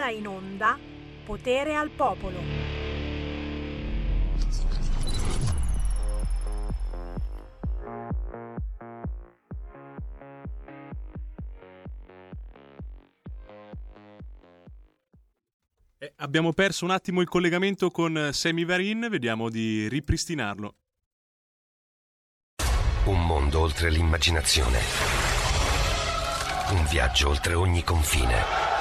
ora in onda Potere al Popolo. Abbiamo perso un attimo il collegamento con Sammy Varin, vediamo di ripristinarlo. Un mondo oltre l'immaginazione. Un viaggio oltre ogni confine.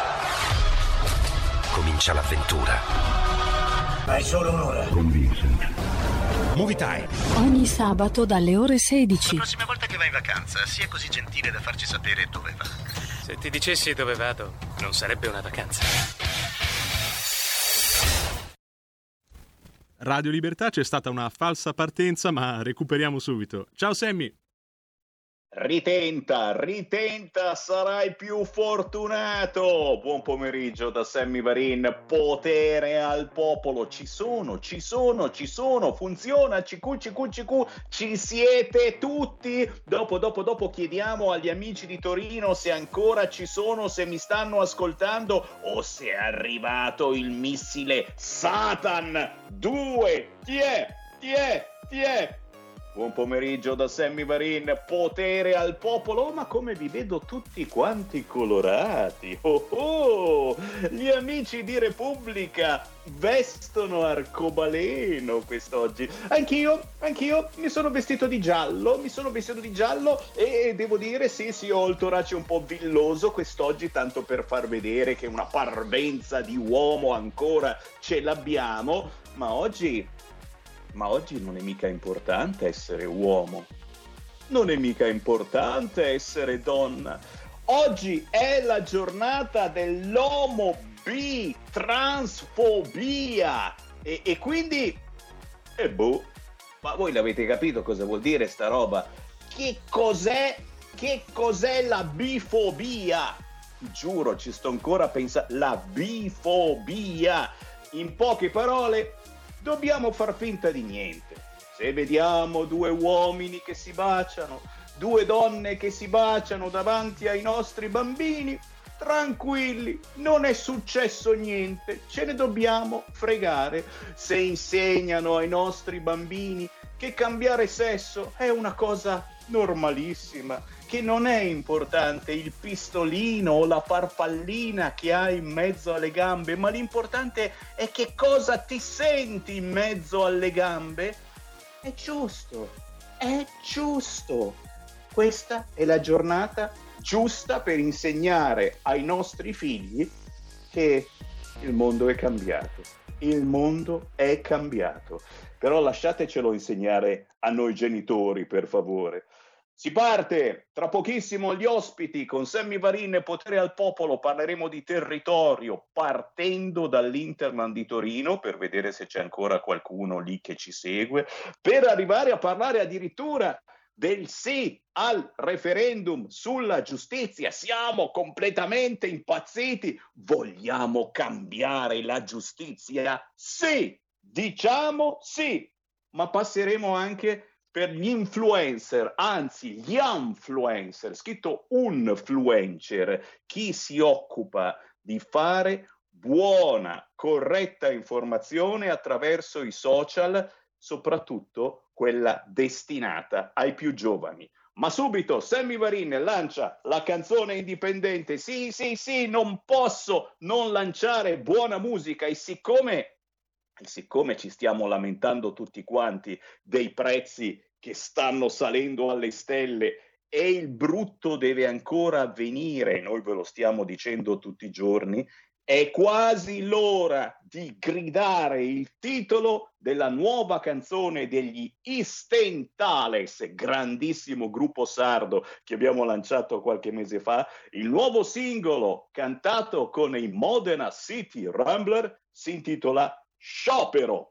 Comincia l'avventura. Hai solo un'ora. Con Vincent. Movie Time. Ogni sabato dalle ore 16. La prossima volta che vai in vacanza, sia così gentile da farci sapere dove va. Se ti dicessi dove vado, non sarebbe una vacanza. Radio Libertà, c'è stata una falsa partenza, ma recuperiamo subito. Ciao Sammy! Ritenta, sarai più fortunato. Buon pomeriggio da Sammy Varin. Potere al popolo. Ci sono, funziona, CQ, ci siete tutti. Dopo chiediamo agli amici di Torino se ancora ci sono, se mi stanno ascoltando o se è arrivato il missile Satan 2. Chi è? Buon pomeriggio da Sammy Varin, potere al popolo, ma come vi vedo tutti quanti colorati. Gli amici di Repubblica vestono arcobaleno quest'oggi. Anch'io mi sono vestito di giallo e devo dire sì, ho il torace un po' villoso quest'oggi, tanto per far vedere che una parvenza di uomo ancora ce l'abbiamo, ma oggi non è mica importante essere uomo, non è mica importante essere donna. Oggi è la giornata dell'omo bi, transfobia e quindi, ma voi l'avete capito cosa vuol dire sta roba? Che cos'è la bifobia? Giuro, ci sto ancora a pensare, la bifobia. In poche parole, dobbiamo far finta di niente. Se vediamo due uomini che si baciano, due donne che si baciano davanti ai nostri bambini, tranquilli, non è successo niente, ce ne dobbiamo fregare. Se insegnano ai nostri bambini che cambiare sesso è una cosa normalissima, che non è importante il pistolino o la farfallina che hai in mezzo alle gambe, ma l'importante è che cosa ti senti in mezzo alle gambe. È giusto. Questa è la giornata giusta per insegnare ai nostri figli che il mondo è cambiato. Però lasciatecelo insegnare a noi genitori, per favore. Si parte tra pochissimo, gli ospiti con Sammy Varin e Potere al Popolo. Parleremo di territorio partendo dall'Interland di Torino per vedere se c'è ancora qualcuno lì che ci segue, per arrivare a parlare addirittura del sì al referendum sulla giustizia. Siamo completamente impazziti, vogliamo cambiare la giustizia? Sì, diciamo sì, ma passeremo anche per gli influencer, anzi gli influencer, scritto unfluencer, chi si occupa di fare buona, corretta informazione attraverso i social, soprattutto quella destinata ai più giovani. Ma subito Sammy Varin lancia la canzone indipendente. Sì, non posso non lanciare buona musica, e siccome ci stiamo lamentando tutti quanti dei prezzi che stanno salendo alle stelle e il brutto deve ancora avvenire, noi ve lo stiamo dicendo tutti i giorni, è quasi l'ora di gridare il titolo della nuova canzone degli Istentales, grandissimo gruppo sardo che abbiamo lanciato qualche mese fa. Il nuovo singolo cantato con i Modena City Rambler si intitola Sciopero.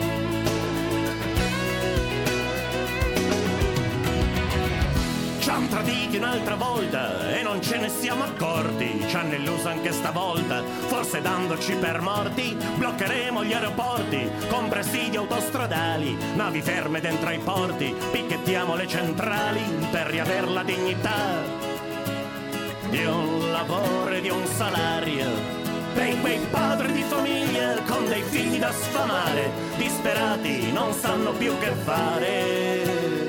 Jump traditi un'altra volta e non ce ne siamo accorti. Ci hanno illuso anche stavolta, forse dandoci per morti. Bloccheremo gli aeroporti con presidi autostradali, navi ferme dentro ai porti, picchettiamo le centrali per riaver la dignità di un lavoro e di un salario. Per quei padri di famiglia con dei figli da sfamare, disperati non sanno più che fare.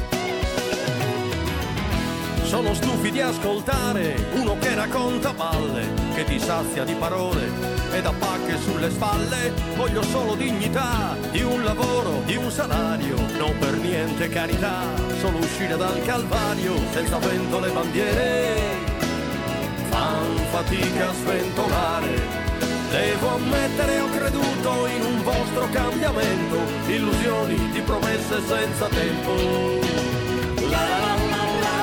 Sono stufi di ascoltare uno che racconta balle, che ti sazia di parole e da pacche sulle spalle. Voglio solo dignità, di un lavoro, di un salario, non per niente carità, solo uscire dal calvario senza vento le bandiere. Fan fatica a sventolare. Devo ammettere, ho creduto in un vostro cambiamento, illusioni di promesse senza tempo. La la la la.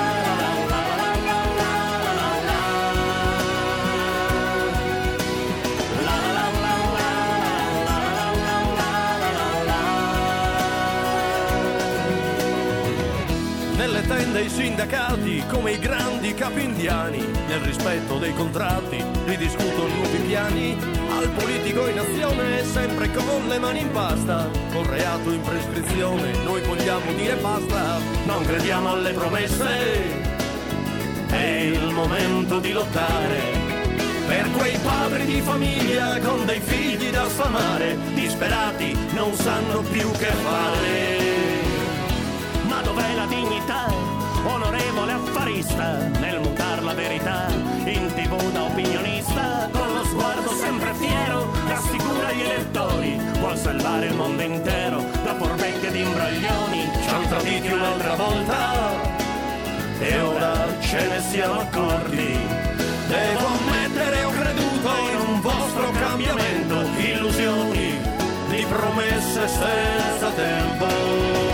Nelle tende i sindacati come i grandi capi indiani, nel rispetto dei contratti ridiscutono nuovi piani. Al politico in azione sempre con le mani in pasta, col reato in prescrizione noi vogliamo dire basta. Non crediamo alle promesse, è il momento di lottare per quei padri di famiglia con dei figli da sfamare, disperati non sanno più che fare. Ma dov'è la dignità, onorevole affarista, nel mutar la verità in TV da opinionista, con lo sguardo sempre fiero, rassicura gli elettori, vuol salvare il mondo intero da furbecche ed imbroglioni. Ci han traditi un'altra volta e ora ce ne siamo accorti. Devo ammettere, ho creduto in un vostro cambiamento, illusioni di promesse senza tempo.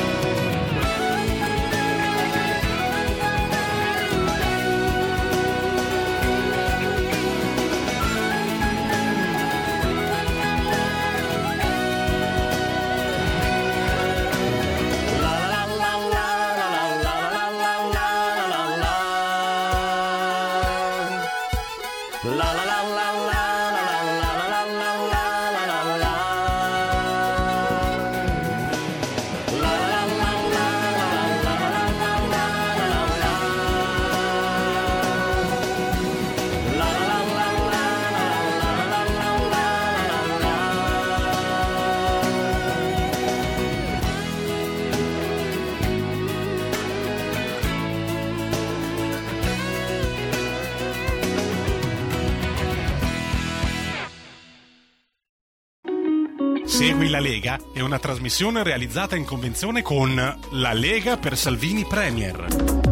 Segui la Lega è una trasmissione realizzata in convenzione con La Lega per Salvini Premier.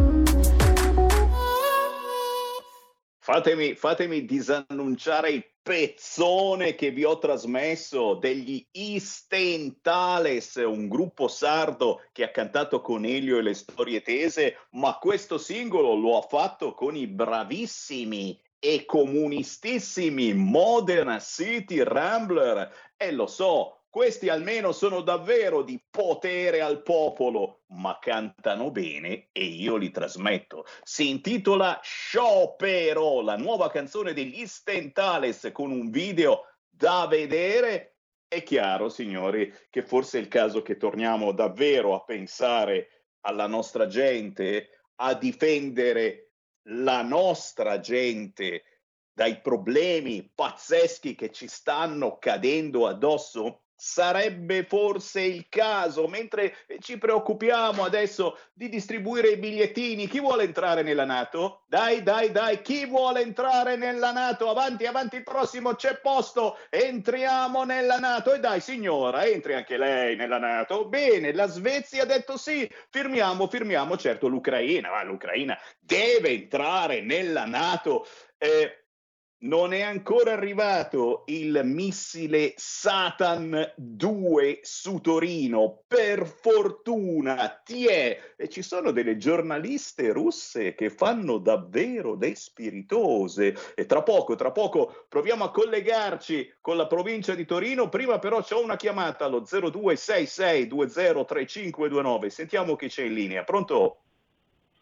Fatemi disannunciare il pezzone che vi ho trasmesso degli Istentales, un gruppo sardo che ha cantato con Elio e le storie tese, ma questo singolo lo ha fatto con i bravissimi e comunistissimi Modena City Rambler. E lo so, questi almeno sono davvero di potere al popolo, ma cantano bene e io li trasmetto. Si intitola Sciopero, la nuova canzone degli Istentales con un video da vedere. È chiaro, signori, che forse è il caso che torniamo davvero a pensare alla nostra gente, a difendere la nostra gente dai problemi pazzeschi che ci stanno cadendo addosso. Sarebbe forse il caso, mentre ci preoccupiamo adesso di distribuire i bigliettini, chi vuole entrare nella NATO? Dai, chi vuole entrare nella NATO? Avanti, il prossimo c'è posto, entriamo nella NATO. E dai signora, entri anche lei nella NATO. Bene, la Svezia ha detto sì, firmiamo, certo l'Ucraina deve entrare nella NATO. Non è ancora arrivato il missile Satan 2 su Torino, per fortuna, e ci sono delle giornaliste russe che fanno davvero le spiritose. E tra poco proviamo a collegarci con la provincia di Torino. Prima però c'ho una chiamata allo 0266203529. Sentiamo chi c'è in linea. Pronto?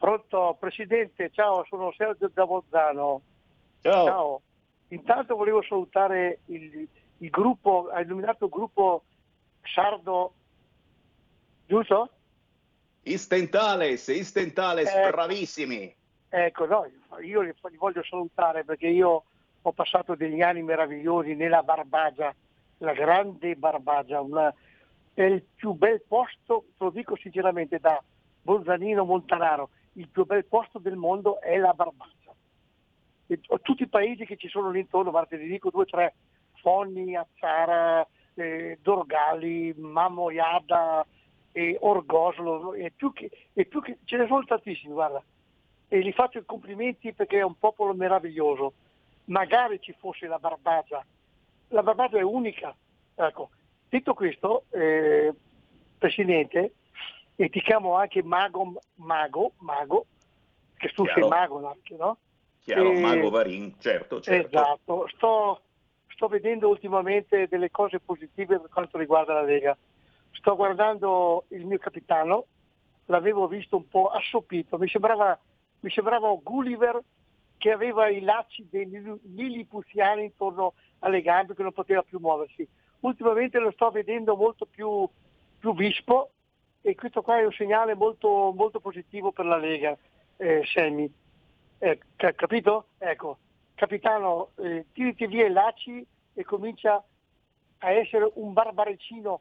Pronto, Presidente, ciao, sono Sergio da Bolzano. Ciao. Intanto volevo salutare il gruppo, hai nominato il gruppo sardo, giusto? Istentales, bravissimi. Ecco, no, io li voglio salutare perché io ho passato degli anni meravigliosi nella Barbagia, la grande Barbagia, è il più bel posto, te lo dico sinceramente, da Bolzanino Montanaro, il più bel posto del mondo è la Barbagia. E tutti i paesi che ci sono lì intorno, guarda, ti dico 2 o 3, Fonni, Azzara, Dorgali, Mamoiada, Orgoslo, e più che ce ne sono tantissimi, guarda. E gli faccio i complimenti perché è un popolo meraviglioso. Magari ci fosse la Barbagia. La Barbagia è unica. Ecco. Detto questo, Presidente, e ti chiamo anche Mago, che tu sei mago anche, no? Chiaro, Mago Varin, certo. Esatto. Sto vedendo ultimamente delle cose positive per quanto riguarda la Lega. Sto guardando il mio capitano, l'avevo visto un po' assopito, mi sembrava Gulliver che aveva i lacci dei lilipuziani intorno alle gambe, che non poteva più muoversi. Ultimamente lo sto vedendo molto più vispo, e questo qua è un segnale molto, molto positivo per la Lega, Sammy. Capito? Ecco, capitano, tirati via i lacci e comincia a essere un barbaricino.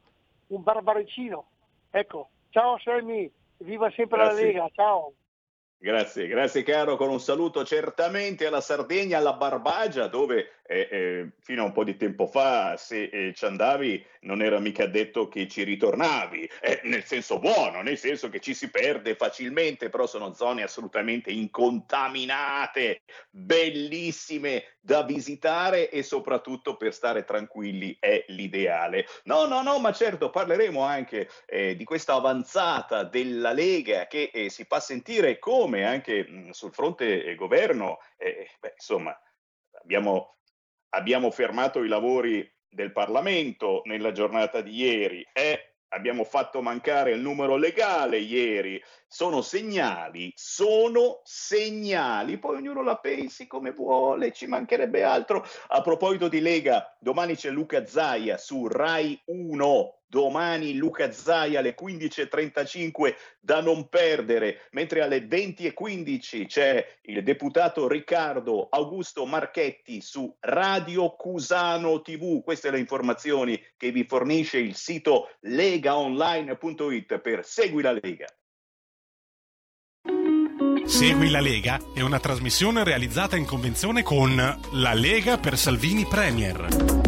Ecco, ciao Sammy, viva sempre la Lega, ciao. Grazie caro, con un saluto certamente alla Sardegna, alla Barbagia, dove fino a un po' di tempo fa, se ci andavi, non era mica detto che ci ritornavi, nel senso buono, nel senso che ci si perde facilmente, però sono zone assolutamente incontaminate, bellissime da visitare e soprattutto per stare tranquilli è l'ideale. No, ma certo parleremo anche di questa avanzata della Lega che si fa sentire, come anche sul fronte governo, insomma, abbiamo fermato i lavori del Parlamento nella giornata di ieri, abbiamo fatto mancare il numero legale ieri, sono segnali, poi ognuno la pensi come vuole, ci mancherebbe altro. A proposito di Lega, domani c'è Luca Zaia su Rai 1, domani Luca Zaia alle 15.35 da non perdere, mentre alle 20.15 c'è il deputato Riccardo Augusto Marchetti su Radio Cusano TV. Queste le informazioni che vi fornisce il sito legaonline.it per Segui la Lega. Segui la Lega è una trasmissione realizzata in convenzione con La Lega per Salvini Premier.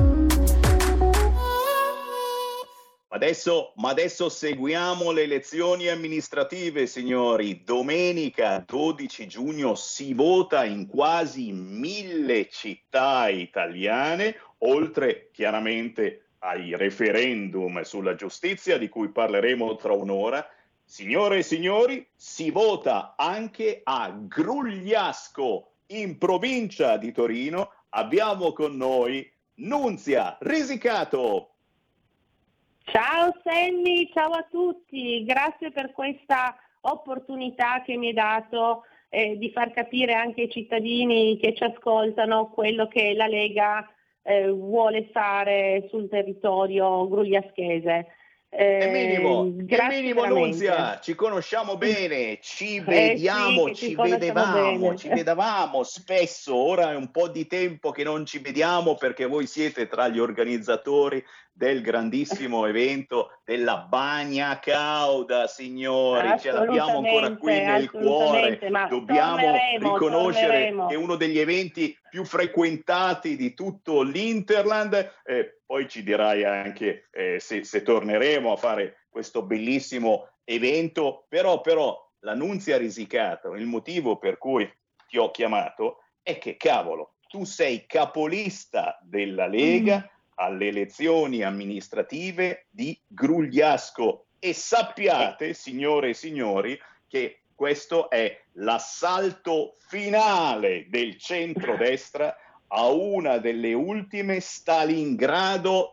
Ma adesso seguiamo le elezioni amministrative, signori. Domenica 12 giugno si vota in quasi 1000 città italiane, oltre chiaramente ai referendum sulla giustizia di cui parleremo tra un'ora. Signore e signori, si vota anche a Grugliasco, in provincia di Torino. Abbiamo con noi Nunzia Risicato. Ciao Sammy, ciao a tutti, grazie per questa opportunità che mi hai dato di far capire anche ai cittadini che ci ascoltano quello che la Lega vuole fare sul territorio grugliaschese. È minimo Nunzia, ci conosciamo bene, ci vediamo, sì, ci vedevamo spesso, ora è un po' di tempo che non ci vediamo perché voi siete tra gli organizzatori del grandissimo evento della Bagna Cauda, signori, ce l'abbiamo ancora qui nel cuore, dobbiamo riconoscere che è uno degli eventi più frequentati di tutto l'Interland, poi ci dirai anche se torneremo a fare questo bellissimo evento, però la Nunzia Risicato, il motivo per cui ti ho chiamato è che cavolo, tu sei capolista della Lega alle elezioni amministrative di Grugliasco e sappiate, signore e signori, che questo è l'assalto finale del centrodestra a una delle ultime Stalingrado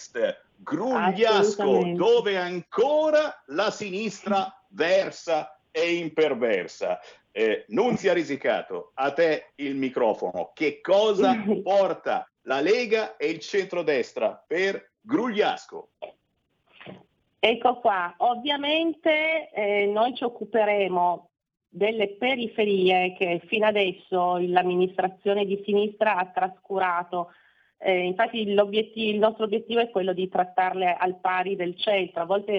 dell'Ovest, Grugliasco, dove ancora la sinistra versa e imperversa. Nunzia Risicato, a te il microfono. Che cosa porta la Lega e il centrodestra per Grugliasco? Ecco qua, ovviamente noi ci occuperemo delle periferie che fino adesso l'amministrazione di sinistra ha trascurato. Infatti il nostro obiettivo è quello di trattarle al pari del centro. A volte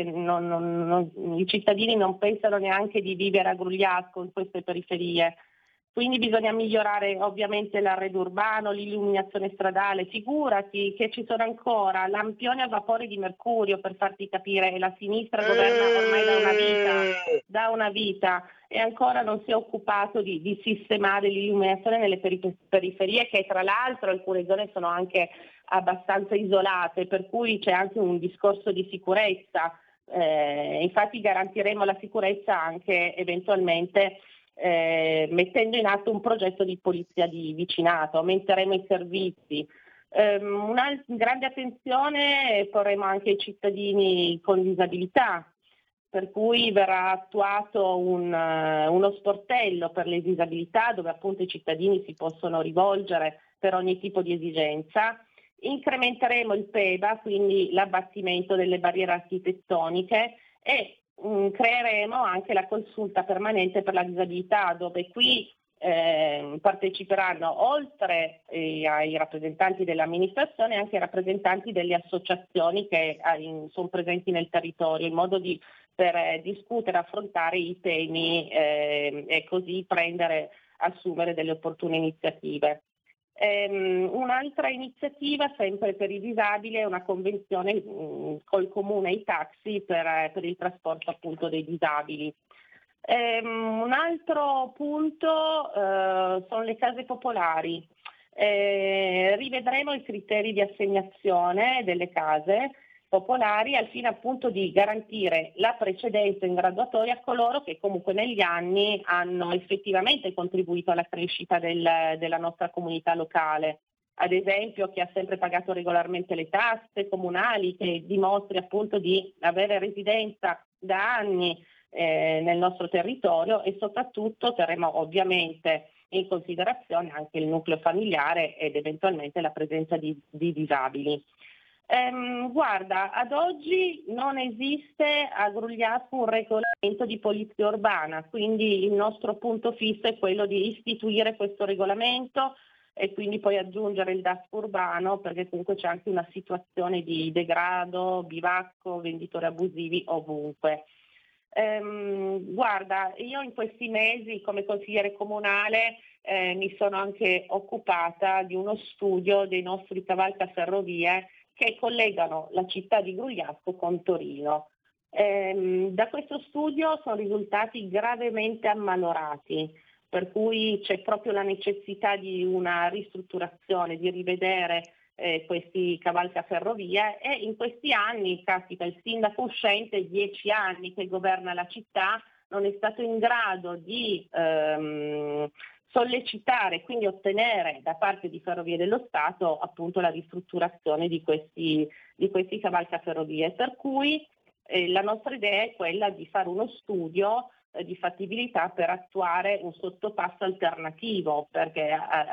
i cittadini non pensano neanche di vivere a Grugliasco in queste periferie. Quindi bisogna migliorare ovviamente l'arredo urbano, l'illuminazione stradale. Figurati che ci sono ancora lampioni a vapore di mercurio, per farti capire, e la sinistra governa ormai da una vita e ancora non si è occupato di sistemare l'illuminazione nelle periferie, che tra l'altro alcune zone sono anche abbastanza isolate, per cui c'è anche un discorso di sicurezza. Infatti garantiremo la sicurezza anche eventualmente mettendo in atto un progetto di polizia di vicinato, aumenteremo i servizi. Una grande attenzione porremo anche ai cittadini con disabilità, per cui verrà attuato uno sportello per le disabilità dove appunto i cittadini si possono rivolgere per ogni tipo di esigenza. Incrementeremo il PEBA, quindi l'abbattimento delle barriere architettoniche, e creeremo anche la consulta permanente per la disabilità, dove qui parteciperanno oltre ai rappresentanti dell'amministrazione anche i rappresentanti delle associazioni che sono presenti nel territorio, in modo per discutere, affrontare i temi e così assumere delle opportune iniziative. Un'altra iniziativa sempre per i disabili è una convenzione col comune e i taxi per il trasporto appunto dei disabili. Un altro punto sono le case popolari. Rivedremo i criteri di assegnazione delle case popolari al fine appunto di garantire la precedenza in graduatoria a coloro che comunque negli anni hanno effettivamente contribuito alla crescita della nostra comunità locale. Ad esempio chi ha sempre pagato regolarmente le tasse comunali, che dimostri appunto di avere residenza da anni nel nostro territorio, e soprattutto terremo ovviamente in considerazione anche il nucleo familiare ed eventualmente la presenza di disabili. Guarda, ad oggi non esiste a Grugliasco un regolamento di polizia urbana, quindi il nostro punto fisso è quello di istituire questo regolamento e quindi poi aggiungere il DASP urbano, perché comunque c'è anche una situazione di degrado, bivacco, venditori abusivi ovunque. Guarda, io in questi mesi come consigliere comunale mi sono anche occupata di uno studio dei nostri cavalcaferrovie che collegano la città di Grugliasco con Torino. Da questo studio sono risultati gravemente ammalorati, per cui c'è proprio la necessità di una ristrutturazione, di rivedere questi cavalcaferrovie, e in questi anni, caspita, il sindaco uscente, 10 anni che governa la città, non è stato in grado di sollecitare, quindi ottenere da parte di Ferrovie dello Stato appunto la ristrutturazione di questi cavalcaferrovie, per cui la nostra idea è quella di fare uno studio di fattibilità per attuare un sottopasso alternativo, perché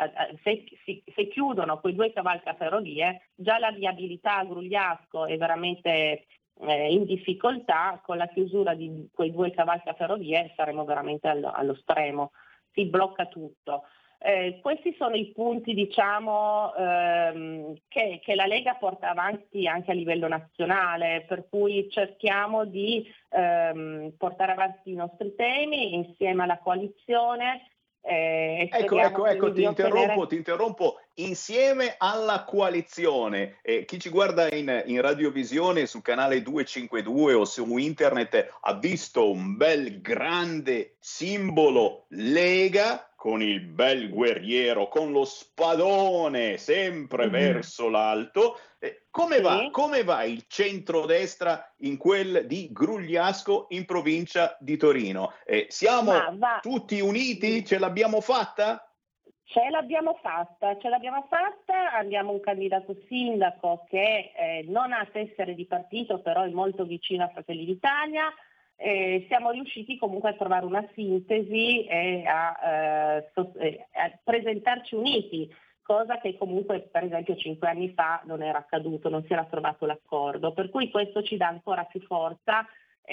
se chiudono quei due cavalcaferrovie già la viabilità a Grugliasco è veramente in difficoltà. Con la chiusura di quei due cavalcaferrovie saremo veramente allo stremo, si blocca tutto. Questi sono i punti, diciamo, che la Lega porta avanti anche a livello nazionale, per cui cerchiamo di portare avanti i nostri temi insieme alla coalizione. Ecco, ti interrompo. Insieme alla coalizione, chi ci guarda in radiovisione sul canale 252 o su internet ha visto un bel grande simbolo Lega con il bel guerriero, con lo spadone sempre verso l'alto. Come va il centrodestra in quel di Grugliasco in provincia di Torino? Siamo tutti uniti? Ce l'abbiamo fatta? Ce l'abbiamo fatta, abbiamo un candidato sindaco che non ha tessere di partito, però è molto vicino a Fratelli d'Italia, siamo riusciti comunque a trovare una sintesi e a presentarci uniti, cosa che comunque per esempio 5 anni fa non era accaduto, non si era trovato l'accordo, per cui questo ci dà ancora più forza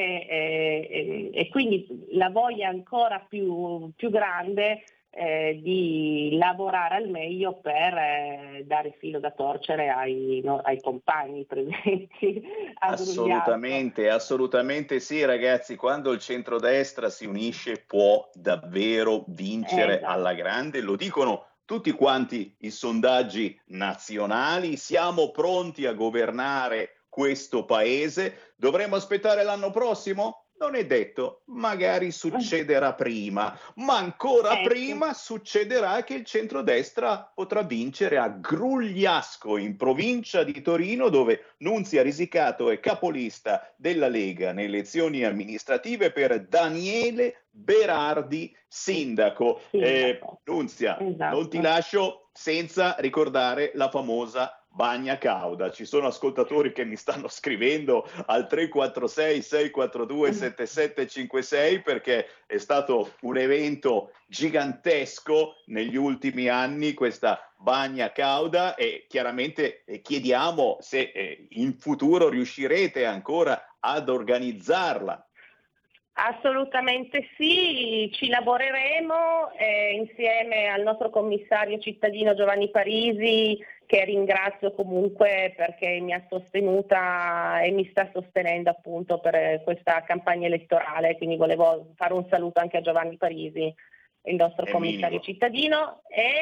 e quindi la voglia ancora più grande di lavorare al meglio per dare filo da torcere ai compagni presenti a Grugliasco. Assolutamente sì, ragazzi, quando il centrodestra si unisce può davvero vincere Esatto. alla grande, lo dicono tutti quanti i sondaggi nazionali, siamo pronti a governare questo paese, dovremo aspettare l'anno prossimo? Non è detto, magari succederà prima, ma ancora prima succederà che il centrodestra potrà vincere a Grugliasco, in provincia di Torino, dove Nunzia Risicato è capolista della Lega nelle elezioni amministrative per Daniele Berardi, sindaco. Nunzia, Esatto. non ti lascio senza ricordare la famosa Bagna Cauda. Ci sono ascoltatori che mi stanno scrivendo al 346 642 7756 perché è stato un evento gigantesco negli ultimi anni questa Bagna Cauda e chiaramente chiediamo se in futuro riuscirete ancora ad organizzarla. Assolutamente sì, ci lavoreremo insieme al nostro commissario cittadino Giovanni Parisi, che ringrazio comunque perché mi ha sostenuta e mi sta sostenendo appunto per questa campagna elettorale, quindi volevo fare un saluto anche a Giovanni Parisi, il nostro commissario cittadino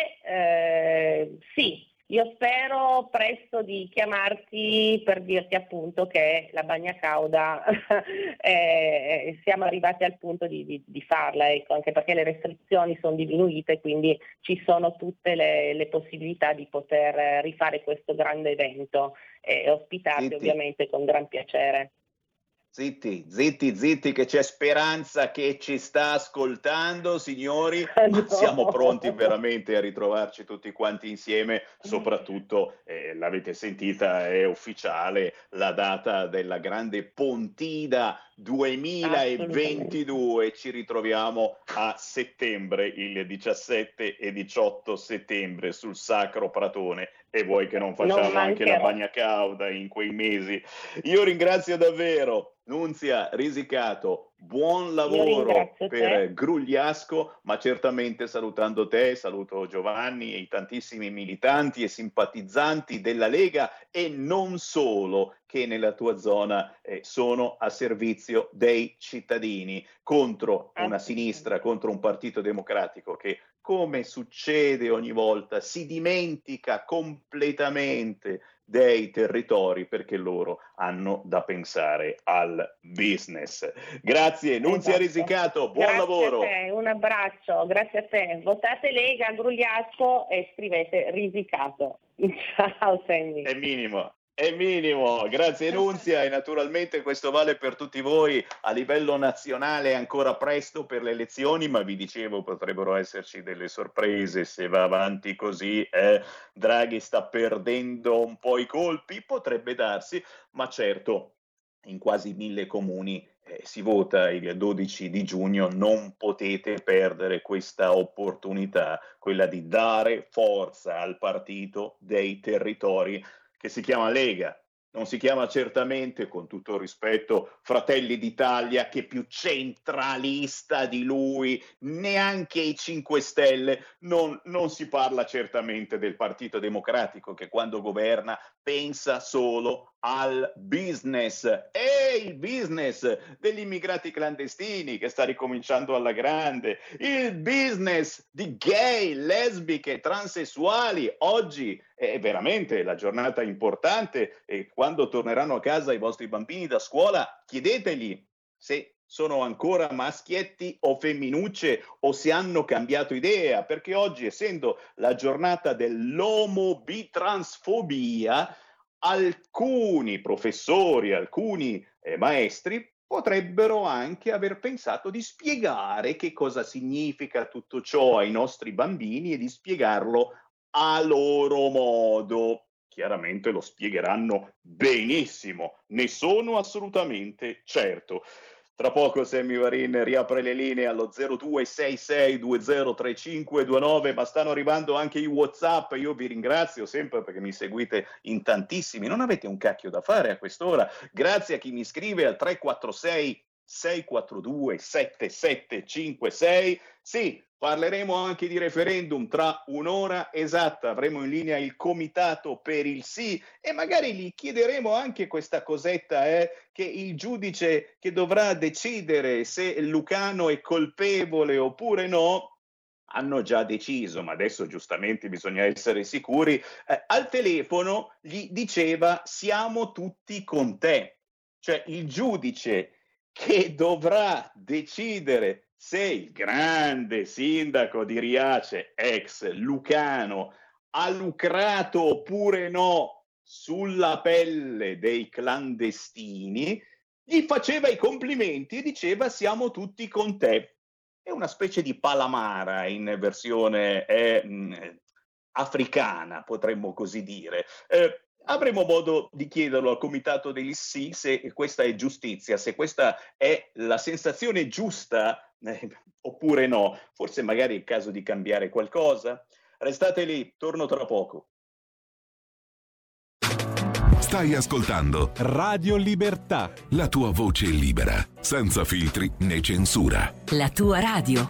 sì. Io spero presto di chiamarti per dirti appunto che la Bagna Cauda siamo arrivati al punto di farla, ecco, anche perché le restrizioni sono diminuite, quindi ci sono tutte le possibilità di poter rifare questo grande evento e ospitarti ovviamente con gran piacere. Zitti, che c'è Speranza che ci sta ascoltando, signori, siamo pronti veramente a ritrovarci tutti quanti insieme, soprattutto, l'avete sentita, è ufficiale, la data della grande Pontida 2022, ci ritroviamo a settembre, il 17 e 18 settembre sul Sacro Pratone. E vuoi che non facciamo anche la Bagna Cauda in quei mesi? Io ringrazio davvero Nunzia Risicato, buon lavoro per Grugliasco, ma certamente salutando te, saluto Giovanni e i tantissimi militanti e simpatizzanti della Lega e non solo, che nella tua zona sono a servizio dei cittadini contro una sinistra, contro un partito democratico che, come succede ogni volta, si dimentica completamente dei territori perché loro hanno da pensare al business. Grazie Nunzia Risicato, buon lavoro. Grazie a te, un abbraccio, grazie a te. Votate Lega Grugliasco e scrivete Risicato. Ciao Sammy. È minimo, grazie Nunzia e naturalmente questo vale per tutti voi a livello nazionale, è ancora presto per le elezioni, ma vi dicevo potrebbero esserci delle sorprese se va avanti così, Draghi sta perdendo un po' i colpi, potrebbe darsi, ma certo in quasi 1000 comuni si vota il 12 di giugno, non potete perdere questa opportunità, quella di dare forza al partito dei territori che si chiama Lega, non si chiama certamente, con tutto il rispetto, Fratelli d'Italia, che più centralista di lui, neanche i 5 Stelle, non si parla certamente del Partito Democratico che quando governa pensa solo al business e il business degli immigrati clandestini che sta ricominciando alla grande, il business di gay, lesbiche, transessuali. Oggi è veramente la giornata importante e quando torneranno a casa i vostri bambini da scuola chiedetegli se sono ancora maschietti o femminucce o se hanno cambiato idea, perché oggi, essendo la giornata dell'omobitransfobia, alcuni professori, alcuni maestri potrebbero anche aver pensato di spiegare che cosa significa tutto ciò ai nostri bambini e di spiegarlo a loro modo. Chiaramente lo spiegheranno benissimo, ne sono assolutamente certo. Tra poco Sammy Varin riapre le linee allo 0266203529, ma stanno arrivando anche i WhatsApp. Io vi ringrazio sempre perché mi seguite in tantissimi, non avete un cacchio da fare a quest'ora. Grazie a chi mi scrive al 346 642 7756. Sì, parleremo anche di referendum tra un'ora esatta. Avremo in linea il comitato per il sì e magari gli chiederemo anche questa cosetta, che il giudice che dovrà decidere se Lucano è colpevole oppure no, hanno già deciso, ma adesso giustamente bisogna essere sicuri, al telefono gli diceva siamo tutti con te. Cioè il giudice che dovrà decidere se il grande sindaco di Riace, ex Lucano, ha lucrato oppure no sulla pelle dei clandestini, gli faceva i complimenti e diceva siamo tutti con te. È una specie di Palamara in versione africana, potremmo così dire. Avremo modo di chiederlo al comitato degli sì se questa è giustizia, se questa è la sensazione giusta oppure no. Forse magari è il caso di cambiare qualcosa. Restate lì, torno tra poco. Stai ascoltando Radio Libertà, la tua voce libera, senza filtri né censura. La tua radio.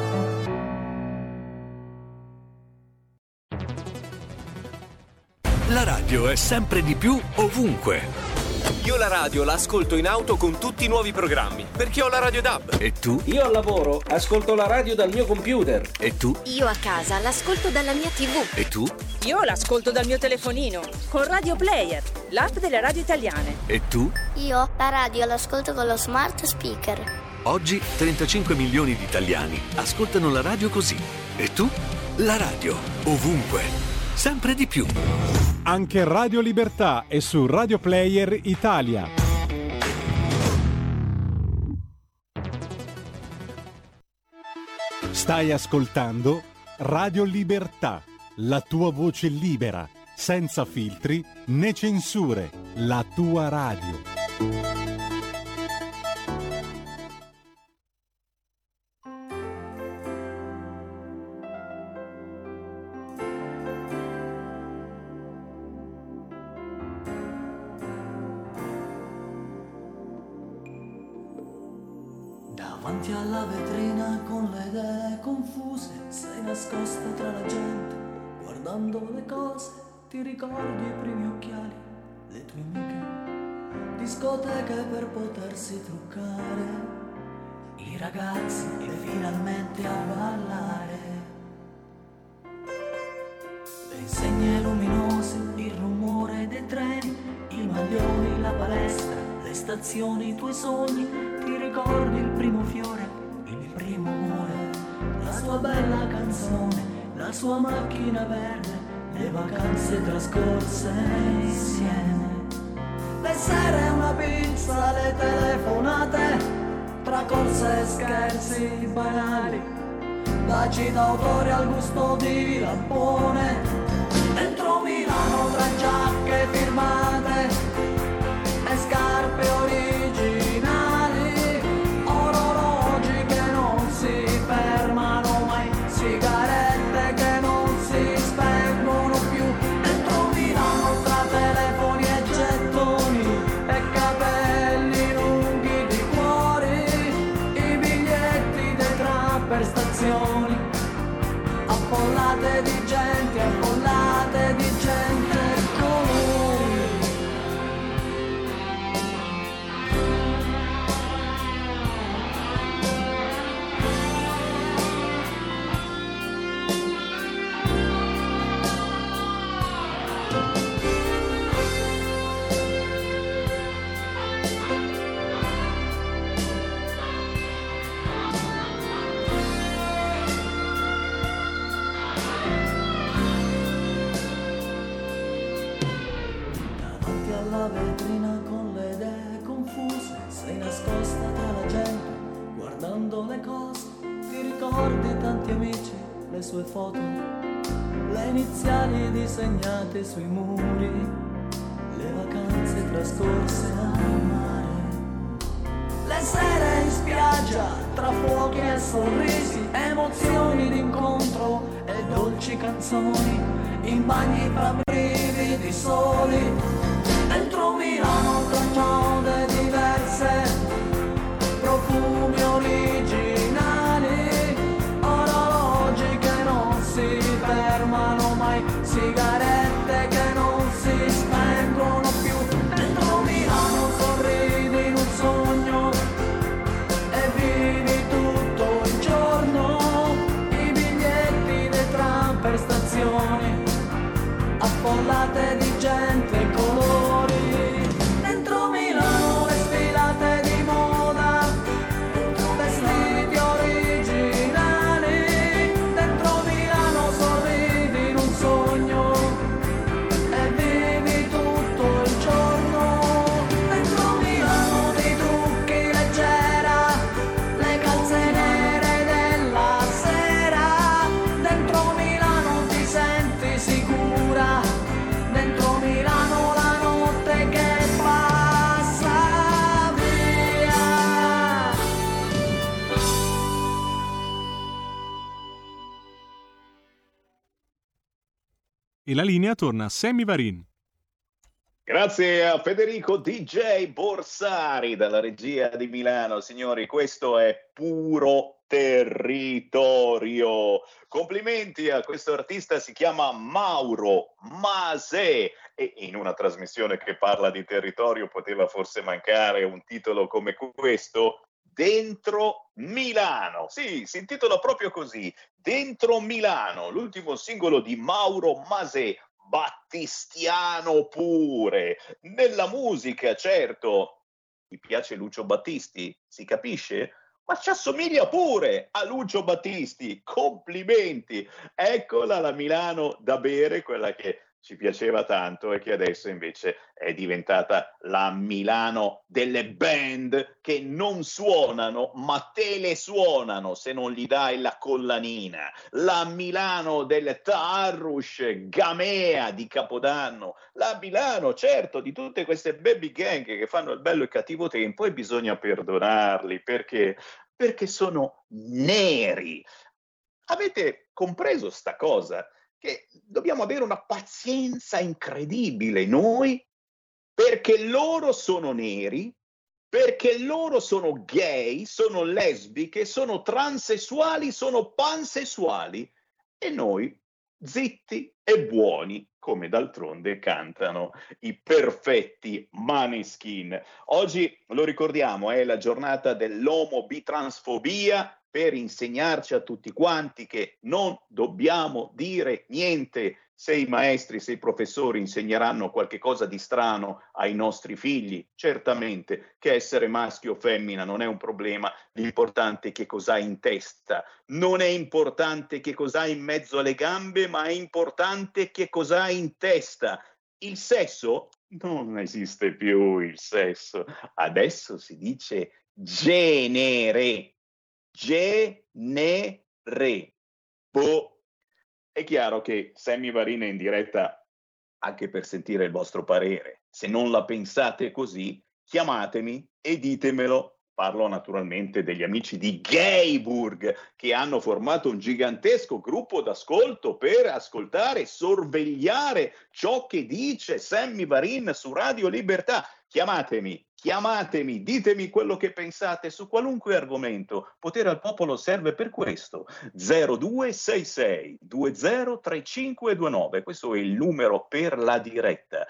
La radio è sempre di più ovunque. Io la radio la ascolto in auto con tutti i nuovi programmi, perché ho la Radio DAB. E tu? Io al lavoro ascolto la radio dal mio computer. E tu? Io a casa l'ascolto dalla mia TV. E tu? Io l'ascolto dal mio telefonino, con Radio Player, l'app delle radio italiane. E tu? Io la radio l'ascolto con lo smart speaker. Oggi 35 milioni di italiani ascoltano la radio così. E tu? La radio, ovunque, sempre di più. Anche Radio Libertà è su Radio Player Italia. Stai ascoltando Radio Libertà, la tua voce libera, senza filtri né censure, la tua radio. Davanti alla vetrina con le idee confuse, sei nascosta tra la gente, guardando le cose, ti ricordi i primi occhiali, le tue amiche, discoteche per potersi truccare, i ragazzi e finalmente a ballare, le insegne luminose, il rumore dei treni, i maglioni, la palestra, le stazioni, i tuoi sogni. Ti ricordi il primo fiore, il primo amore, la sua bella canzone, la sua macchina verde, le vacanze trascorse insieme. Le sere una pizza, le telefonate, tra corse e scherzi banali, baci d'autore al gusto di lampone, dentro Milano tra giacche firmate e scarpe originali. Fermano mai, sigarette che non si spengono più, dentro Milano tra telefoni e gettoni e capelli lunghi di cuori, i biglietti dei tram per stazioni, affollate di gente, affollate di gente comuni. alla vetrina con le idee confuse, sei nascosta tra la gente, guardando le cose, ti ricordi tanti amici, le sue foto, le iniziali disegnate sui muri, le vacanze trascorse al mare, le sere in spiaggia, tra fuochi e sorrisi, emozioni d'incontro e dolci canzoni, in bagni fra brividi soli, dentro Milano con mode diverse, profumi originali, orologi che non si fermano mai, sigarette che non si spengono più, dentro Milano sorridi in un sogno e vivi tutto il giorno, i biglietti dei tram per stazioni, affollate di gente e colori, dentro Milano le sfilate di moda, vestiti originali, dentro Milano sorridi in un sogno e vivi tutto il giorno, dentro Milano di trucchi leggera, le calze nere della sera, dentro Milano ti senti sicura, dentro Milano la notte che passa via. E la linea torna a Sammy Varin. Grazie a Federico DJ Borsari dalla regia di Milano. Signori, questo è puro territorio. Complimenti a questo artista, si chiama Mauro Masè, e in una trasmissione che parla di territorio poteva forse mancare un titolo come questo? Dentro Milano. Sì, si intitola proprio così, Dentro Milano, l'ultimo singolo di Mauro Masè, battistiano pure. Nella musica, certo, mi piace Lucio Battisti, si capisce? Ma ci assomiglia pure a Lucio Battisti, complimenti. Eccola la Milano da bere, quella che ci piaceva tanto e che adesso invece è diventata la Milano delle band che non suonano ma te le suonano se non gli dai la collanina, la Milano del Taarrush Gamea di Capodanno, la Milano certo di tutte queste baby gang che fanno il bello e il cattivo tempo, e bisogna perdonarli perché sono neri. Avete compreso sta cosa? Che dobbiamo avere una pazienza incredibile noi, perché loro sono neri, perché loro sono gay, sono lesbiche, sono transessuali, sono pansessuali, e noi zitti e buoni, come d'altronde cantano i perfetti Maneskin. Oggi, lo ricordiamo, è la giornata dell'omobitransfobia, per insegnarci a tutti quanti che non dobbiamo dire niente. Se i maestri, se i professori insegneranno qualche cosa di strano ai nostri figli, certamente che essere maschio o femmina non è un problema, l'importante è che cosa hai in testa, non è importante che cosa hai in mezzo alle gambe, ma è importante che cosa hai in testa. Il sesso? Non esiste più il sesso, adesso si dice genere. Genere. Boh. È chiaro che Sammy Varin è in diretta anche per sentire il vostro parere. Se non la pensate così, chiamatemi e ditemelo. Parlo naturalmente degli amici di Gayburg, che hanno formato un gigantesco gruppo d'ascolto per ascoltare e sorvegliare ciò che dice Sammy Varin su Radio Libertà. Chiamatemi, ditemi quello che pensate su qualunque argomento. Potere al popolo serve per questo. 0266 203529, questo è il numero per la diretta.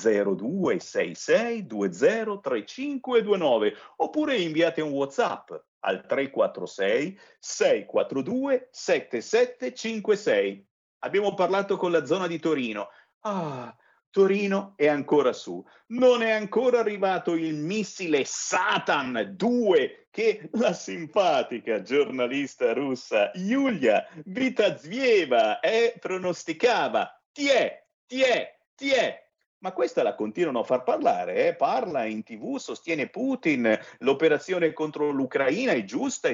0266 203529, oppure inviate un WhatsApp al 346 642 7756. Abbiamo parlato con la zona di Torino. Torino è ancora su, non è ancora arrivato il missile Satan 2 che la simpatica giornalista russa Yulia Vitazieva pronosticava. Ti è. Ma questa la continuano a far parlare, parla in TV, sostiene Putin, l'operazione contro l'Ucraina è giusta.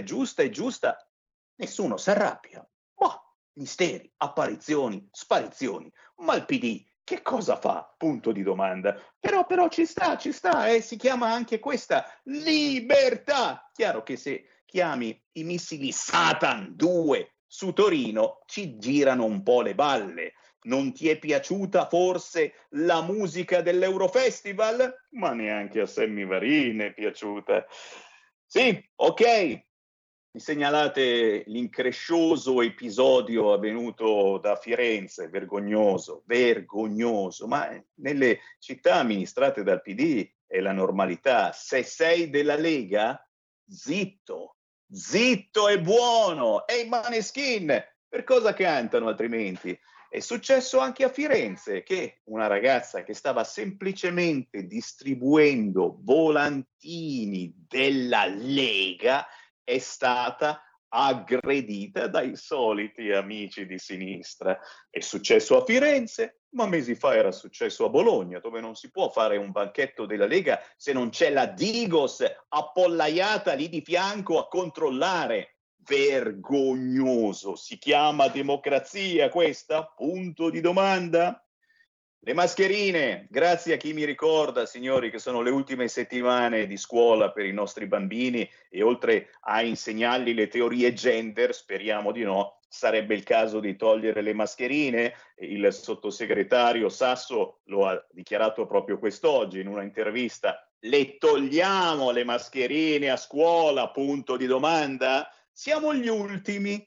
Nessuno si arrabbia. Misteri, apparizioni, sparizioni, ma il PD che cosa fa? Punto di domanda. Però ci sta, si chiama anche questa libertà. Chiaro che se chiami i missili Satan 2 su Torino ci girano un po' le balle. Non ti è piaciuta forse la musica dell'Eurofestival? Ma neanche a Sammy Varin è piaciuta. Sì, ok. Mi segnalate l'increscioso episodio avvenuto da Firenze, vergognoso, ma nelle città amministrate dal PD è la normalità. Se sei della Lega, zitto e buono. E i Maneskin, per cosa cantano altrimenti? È successo anche a Firenze che una ragazza che stava semplicemente distribuendo volantini della Lega è stata aggredita dai soliti amici di sinistra. È successo a Firenze, ma mesi fa era successo a Bologna, dove non si può fare un banchetto della Lega se non c'è la Digos appollaiata lì di fianco a controllare. Vergognoso. Si chiama democrazia questa? Punto di domanda. Le mascherine, grazie a chi mi ricorda, signori, che sono le ultime settimane di scuola per i nostri bambini e oltre a insegnargli le teorie gender, speriamo di no, sarebbe il caso di togliere le mascherine. Il sottosegretario Sasso lo ha dichiarato proprio quest'oggi in una intervista. Le togliamo le mascherine a scuola? Punto di domanda. Siamo gli ultimi,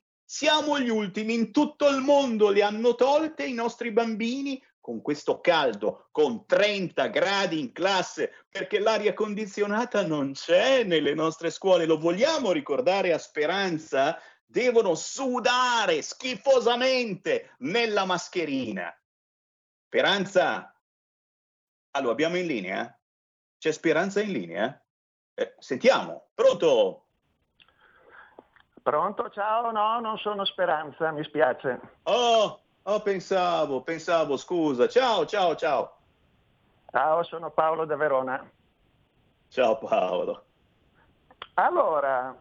in tutto il mondo le hanno tolte i nostri bambini con questo caldo, con 30 gradi in classe, perché l'aria condizionata non c'è nelle nostre scuole. Lo vogliamo ricordare a Speranza? Devono sudare schifosamente nella mascherina. Speranza, lo abbiamo in linea? C'è Speranza in linea? Sentiamo, pronto? Pronto, ciao, no, non sono Speranza, mi spiace. Oh, pensavo, scusa. Ciao. Ciao, sono Paolo da Verona. Ciao Paolo. Allora,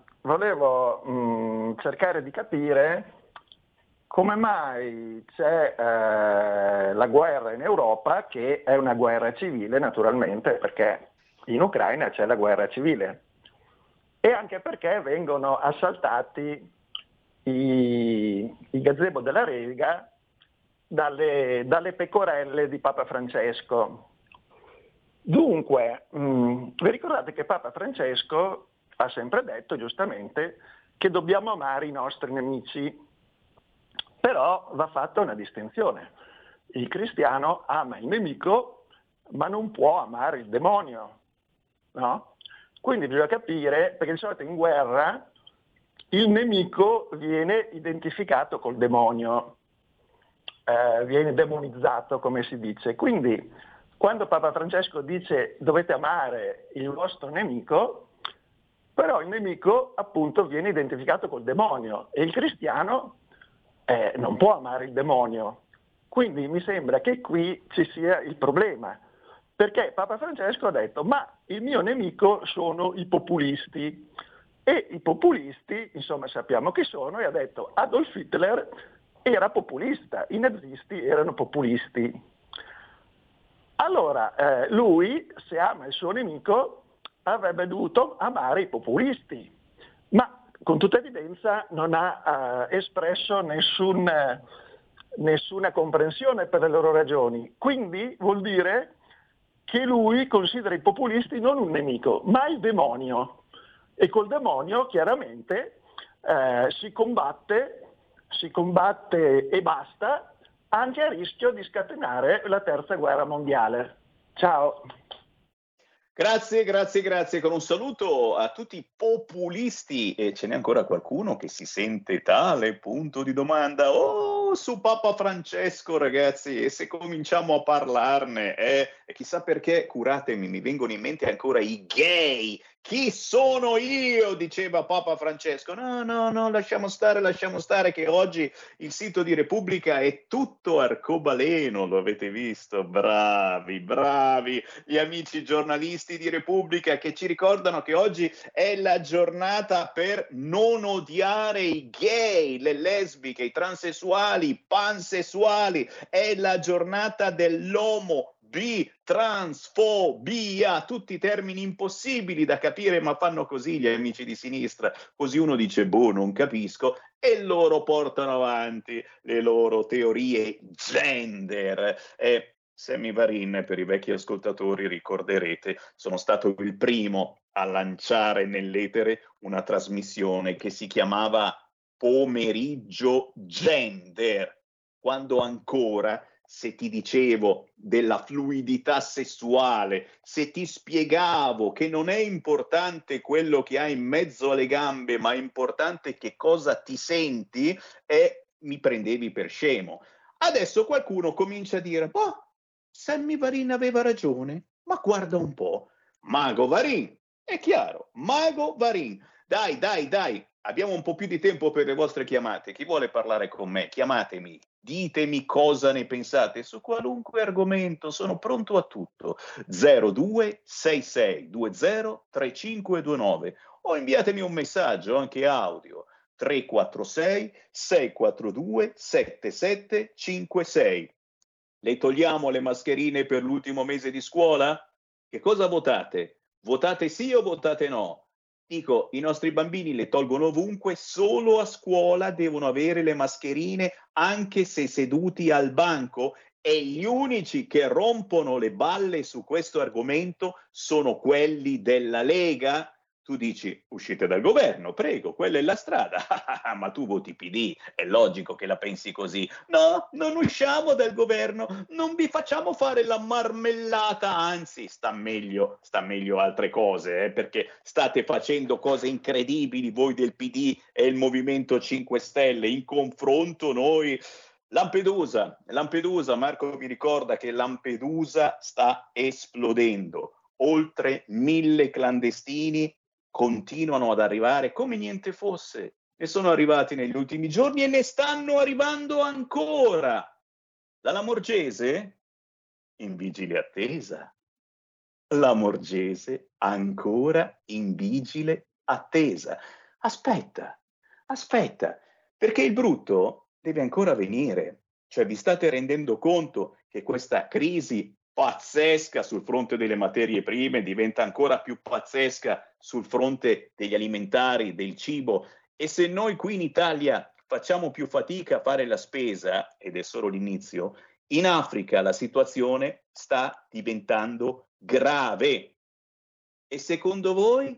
volevo cercare di capire come mai c'è la guerra in Europa, che è una guerra civile naturalmente, perché in Ucraina c'è la guerra civile. E anche perché vengono assaltati i gazebo della Lega dalle pecorelle di Papa Francesco. Dunque, vi ricordate che Papa Francesco ha sempre detto, giustamente, che dobbiamo amare i nostri nemici, però va fatta una distinzione. Il cristiano ama il nemico, ma non può amare il demonio, no? Quindi bisogna capire, perché di solito in guerra il nemico viene identificato col demonio, viene demonizzato, come si dice. Quindi quando Papa Francesco dice dovete amare il vostro nemico, però il nemico appunto viene identificato col demonio e il cristiano non può amare il demonio. Quindi mi sembra che qui ci sia il problema. Perché Papa Francesco ha detto, ma il mio nemico sono i populisti. E i populisti, insomma, sappiamo chi sono, e ha detto Adolf Hitler era populista, i nazisti erano populisti. Allora, lui, se ama il suo nemico, avrebbe dovuto amare i populisti, ma con tutta evidenza non ha espresso nessuna comprensione per le loro ragioni. Quindi vuol dire che lui considera i populisti non un nemico, ma il demonio. E col demonio chiaramente si combatte e basta, anche a rischio di scatenare la terza guerra mondiale. Ciao. Grazie. Con un saluto a tutti i populisti. E ce n'è ancora qualcuno che si sente tale? Punto di domanda. Su Papa Francesco, ragazzi, e se cominciamo a parlarne, e chissà perché, curatemi, mi vengono in mente ancora i gay Chi sono io? Diceva Papa Francesco. No, lasciamo stare che oggi il sito di Repubblica è tutto arcobaleno, lo avete visto? Bravi, gli amici giornalisti di Repubblica che ci ricordano che oggi è la giornata per non odiare i gay, le lesbiche, i transessuali, i pansessuali, è la giornata dell'omo, transfobia, tutti termini impossibili da capire, ma fanno così gli amici di sinistra, così uno dice non capisco, e loro portano avanti le loro teorie gender. Sammy Varin, per i vecchi ascoltatori ricorderete, sono stato il primo a lanciare nell'etere una trasmissione che si chiamava Pomeriggio Gender, quando ancora, se ti dicevo della fluidità sessuale, se ti spiegavo che non è importante quello che hai in mezzo alle gambe, ma è importante che cosa ti senti, mi prendevi per scemo. Adesso qualcuno comincia a dire, Sammy Varin aveva ragione, ma guarda un po', Mago Varin, è chiaro, Mago Varin, dai, abbiamo un po' più di tempo per le vostre chiamate, chi vuole parlare con me, chiamatemi. Ditemi cosa ne pensate su qualunque argomento, sono pronto a tutto. 0266203529 o inviatemi un messaggio anche audio 346 642 7756. Le togliamo le mascherine per l'ultimo mese di scuola? Che cosa votate? Votate sì o votate no? Dico, i nostri bambini le tolgono ovunque, solo a scuola devono avere le mascherine anche se seduti al banco, e gli unici che rompono le balle su questo argomento sono quelli della Lega. Tu dici, uscite dal governo, prego, quella è la strada. Ma tu voti PD, è logico che la pensi così. No, non usciamo dal governo, non vi facciamo fare la marmellata, anzi, sta meglio altre cose, perché state facendo cose incredibili voi del PD e il Movimento 5 Stelle. In confronto noi... Lampedusa, Marco mi ricorda che Lampedusa sta esplodendo. Oltre 1000 clandestini continuano ad arrivare come niente fosse, ne sono arrivati negli ultimi giorni e ne stanno arrivando ancora. La Lamorgese in vigile attesa. La Lamorgese ancora in vigile attesa. Aspetta, perché il brutto deve ancora venire. Cioè, vi state rendendo conto che questa crisi pazzesca sul fronte delle materie prime diventa ancora più pazzesca sul fronte degli alimentari, del cibo, e se noi qui in Italia facciamo più fatica a fare la spesa, ed è solo l'inizio, in Africa la situazione sta diventando grave. E secondo voi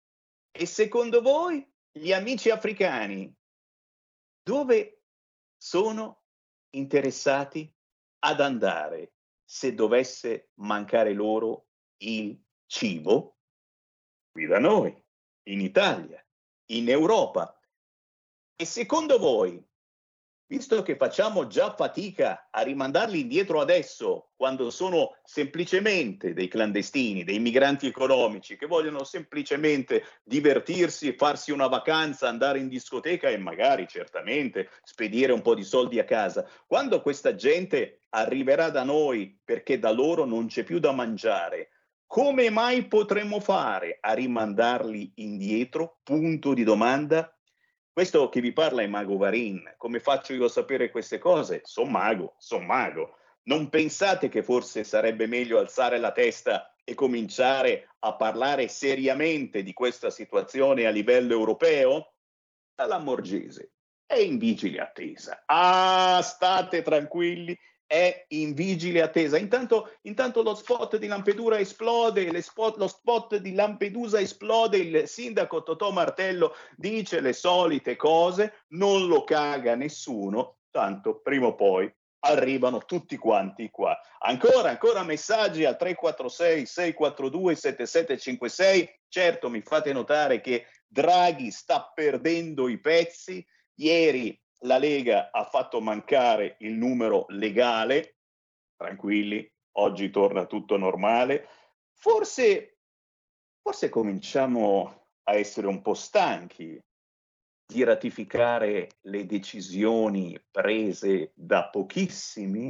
gli amici africani dove sono interessati ad andare se dovesse mancare loro il cibo? Qui da noi, in Italia, in Europa. E secondo voi, visto che facciamo già fatica a rimandarli indietro adesso, quando sono semplicemente dei clandestini, dei migranti economici che vogliono semplicemente divertirsi, farsi una vacanza, andare in discoteca e magari certamente spedire un po' di soldi a casa, quando questa gente arriverà da noi perché da loro non c'è più da mangiare, come mai potremmo fare a rimandarli indietro? Punto di domanda. Questo che vi parla è Mago Varin. Come faccio io a sapere queste cose? Son mago. Non pensate che forse sarebbe meglio alzare la testa e cominciare a parlare seriamente di questa situazione a livello europeo? La Lamorgese è in vigile attesa. State tranquilli, è in vigile attesa. Intanto lo spot di Lampedusa esplode, lo spot di Lampedusa esplode, il sindaco Totò Martello dice le solite cose, non lo caga nessuno, tanto prima o poi arrivano tutti quanti qua. Ancora messaggi al 346 642 7756. Certo, mi fate notare che Draghi sta perdendo i pezzi. Ieri la Lega ha fatto mancare il numero legale, tranquilli, oggi torna tutto normale. Forse forse cominciamo a essere un po' stanchi di ratificare le decisioni prese da pochissimi,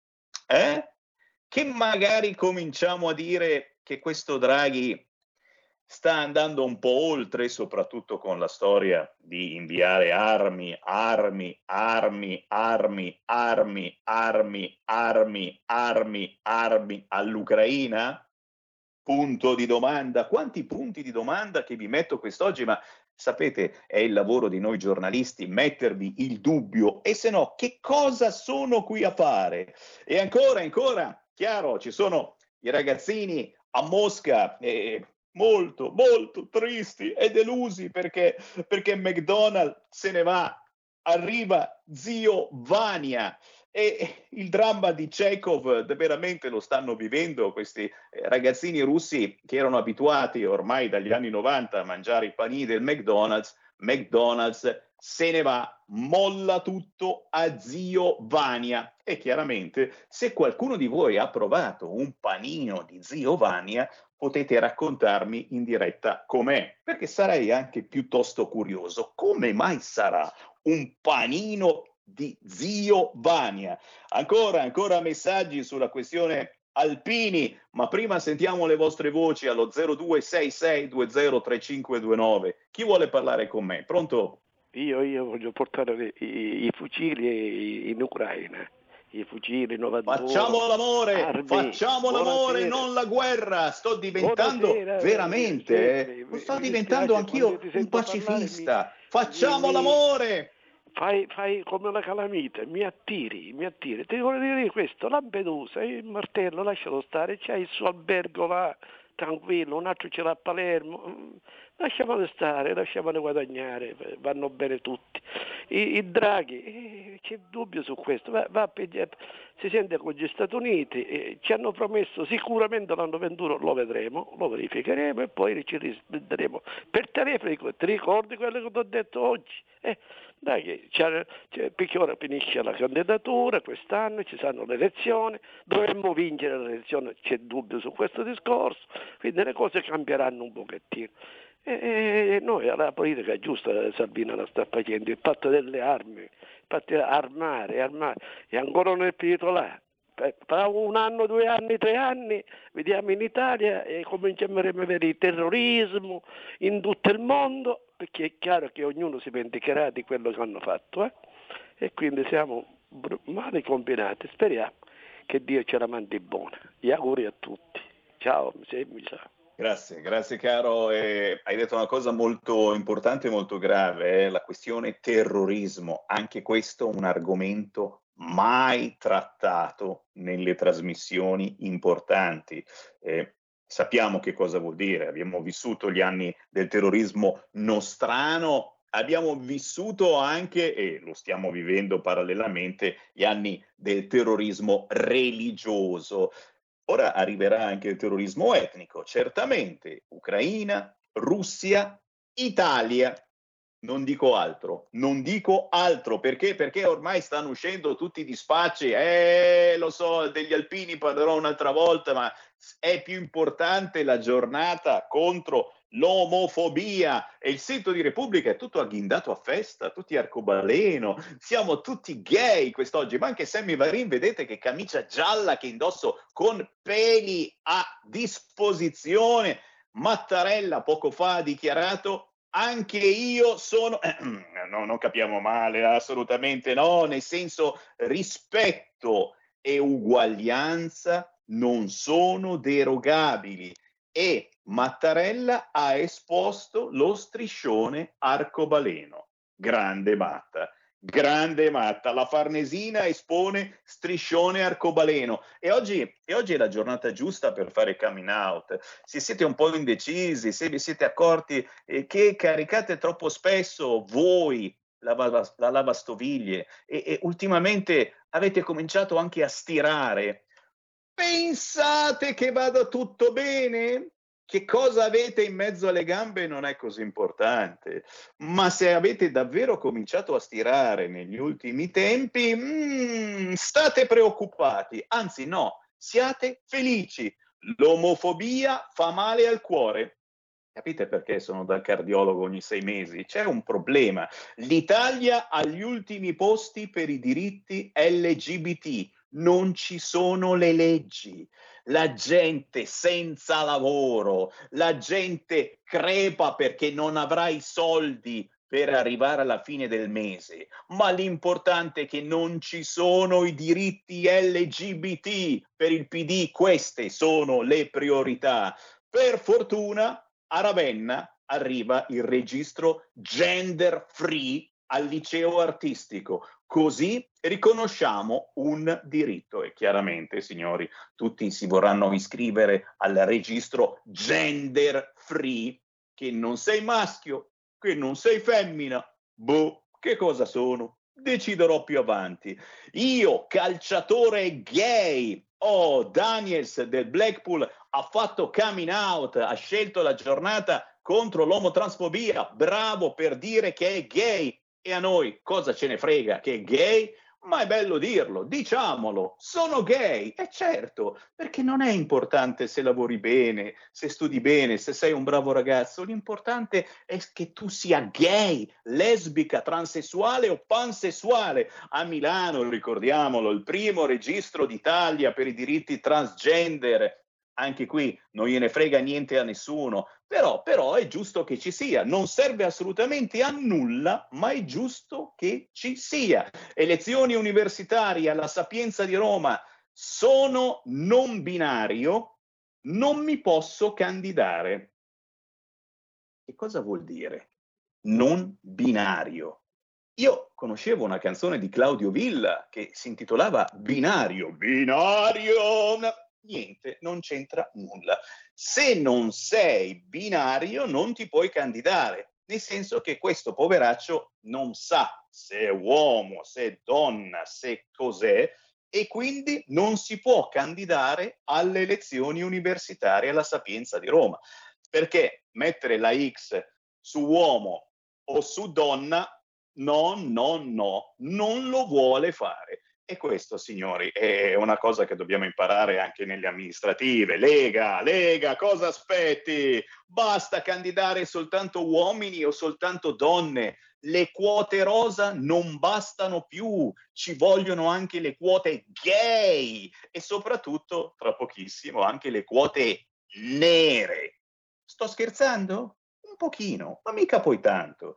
che magari cominciamo a dire che questo Draghi sta andando un po' oltre, soprattutto con la storia di inviare armi all'Ucraina? Punto di domanda. Quanti punti di domanda che vi metto quest'oggi, ma sapete, è il lavoro di noi giornalisti mettervi il dubbio, e se no, che cosa sono qui a fare? E ancora, chiaro, ci sono i ragazzini a Mosca, molto, molto tristi e delusi perché McDonald's se ne va, arriva zio Vania. E il dramma di Chekhov veramente lo stanno vivendo questi ragazzini russi che erano abituati ormai dagli anni 90 a mangiare i panini del McDonald's. McDonald's se ne va, molla tutto a zio Vania. E chiaramente, se qualcuno di voi ha provato un panino di zio Vania, potete raccontarmi in diretta com'è, perché sarei anche piuttosto curioso. Come mai sarà un panino di zio Vania? Ancora messaggi sulla questione Alpini, ma prima sentiamo le vostre voci allo 0266203529. Chi vuole parlare con me? Pronto? Io voglio portare i fucili in Ucraina. I fucili 92. Facciamo l'amore, Buonasera. non la guerra. Sto diventando veramente, sto diventando anch'io un pacifista. Facciamo l'amore. Fai come una calamita, mi attiri. Ti voglio dire questo, Lampedusa, il martello, lascialo stare, c'è il suo albergo là, tranquillo, un altro ce l'ha a Palermo, lasciamone stare, lasciamone guadagnare, vanno bene tutti. I Draghi, c'è dubbio su questo, si sente con gli Stati Uniti, ci hanno promesso sicuramente l'anno 21, lo vedremo, lo verificheremo e poi ci risponderemo per telefono. Ti ricordi quello che ti ho detto oggi? Dai, perché ora finisce la candidatura, quest'anno ci saranno le elezioni, dovremmo vincere le elezioni, c'è dubbio su questo discorso, quindi le cose cambieranno un pochettino. E noi alla politica giusta Salvini la sta facendo, il patto delle armi, armare, e ancora non è finito là. Tra 1 anno, 2 anni, 3 anni vediamo in Italia e cominceremo a vedere il terrorismo in tutto il mondo, perché è chiaro che ognuno si vendicherà di quello che hanno fatto, e quindi siamo male combinati. Speriamo che Dio ce la mandi buona. Gli auguri a tutti. Ciao. Grazie caro. Hai detto una cosa molto importante e molto grave, la questione terrorismo. Anche questo un argomento mai trattato nelle trasmissioni importanti. Sappiamo che cosa vuol dire, abbiamo vissuto gli anni del terrorismo nostrano, abbiamo vissuto anche, e lo stiamo vivendo parallelamente, gli anni del terrorismo religioso. Ora arriverà anche il terrorismo etnico, certamente, Ucraina, Russia, Italia. Non dico altro, perché ormai stanno uscendo tutti i dispacci, lo so, degli alpini parlerò un'altra volta, ma è più importante la giornata contro l'omofobia, e il sito di Repubblica è tutto agghindato a festa, tutti arcobaleno, siamo tutti gay quest'oggi, ma anche Sammy Varin, vedete che camicia gialla che indosso con peli a disposizione. Mattarella poco fa ha dichiarato: anche io sono, no, non capiamo male, assolutamente no, nel senso rispetto e uguaglianza non sono derogabili, e Mattarella ha esposto lo striscione arcobaleno. Grande Matta, la Farnesina espone striscione arcobaleno, e oggi è la giornata giusta per fare coming out. Se siete un po' indecisi, se vi siete accorti che caricate troppo spesso voi la lavastoviglie e ultimamente avete cominciato anche a stirare, pensate che vada tutto bene? Che cosa avete in mezzo alle gambe non è così importante, ma se avete davvero cominciato a stirare negli ultimi tempi, state preoccupati, anzi no, siate felici. L'omofobia fa male al cuore, Capite perché sono dal cardiologo ogni 6 mesi? C'è un problema. L'Italia ha gli ultimi posti per i diritti LGBT. Non ci sono le leggi. La gente senza lavoro, la gente crepa perché non avrà i soldi per arrivare alla fine del mese, ma l'importante è che non ci sono i diritti LGBT. Per il PD queste sono le priorità. Per fortuna a Ravenna arriva il registro gender free al liceo artistico, così riconosciamo un diritto e chiaramente, signori, tutti si vorranno iscrivere al registro gender free, che non sei maschio, che non sei femmina, boh, che cosa sono? Deciderò più avanti. Io, calciatore gay, Daniels del Blackpool ha fatto coming out, ha scelto la giornata contro l'omotransfobia, bravo per dire che è gay, e a noi cosa ce ne frega che è gay? Ma è bello dirlo, diciamolo, sono gay, e certo, perché non è importante se lavori bene, se studi bene, se sei un bravo ragazzo, l'importante è che tu sia gay, lesbica, transessuale o pansessuale. A Milano, ricordiamolo, il primo registro d'Italia per i diritti transgender. Anche qui non gliene frega niente a nessuno, però è giusto che ci sia, non serve assolutamente a nulla, ma è giusto che ci sia. Elezioni universitarie alla Sapienza di Roma, sono non binario, non mi posso candidare. Che cosa vuol dire? Non binario. Io conoscevo una canzone di Claudio Villa che si intitolava Binario. Niente, non c'entra nulla. Se non sei binario non ti puoi candidare, nel senso che questo poveraccio non sa se è uomo, se è donna, se cos'è, e quindi non si può candidare alle elezioni universitarie alla Sapienza di Roma, perché mettere la X su uomo o su donna, no, non lo vuole fare. E questo, signori, è una cosa che dobbiamo imparare anche nelle amministrative. Lega, cosa aspetti? Basta candidare soltanto uomini o soltanto donne. Le quote rosa non bastano più, ci vogliono anche le quote gay e soprattutto, tra pochissimo, anche le quote nere. Sto scherzando? Un pochino, ma mica poi tanto.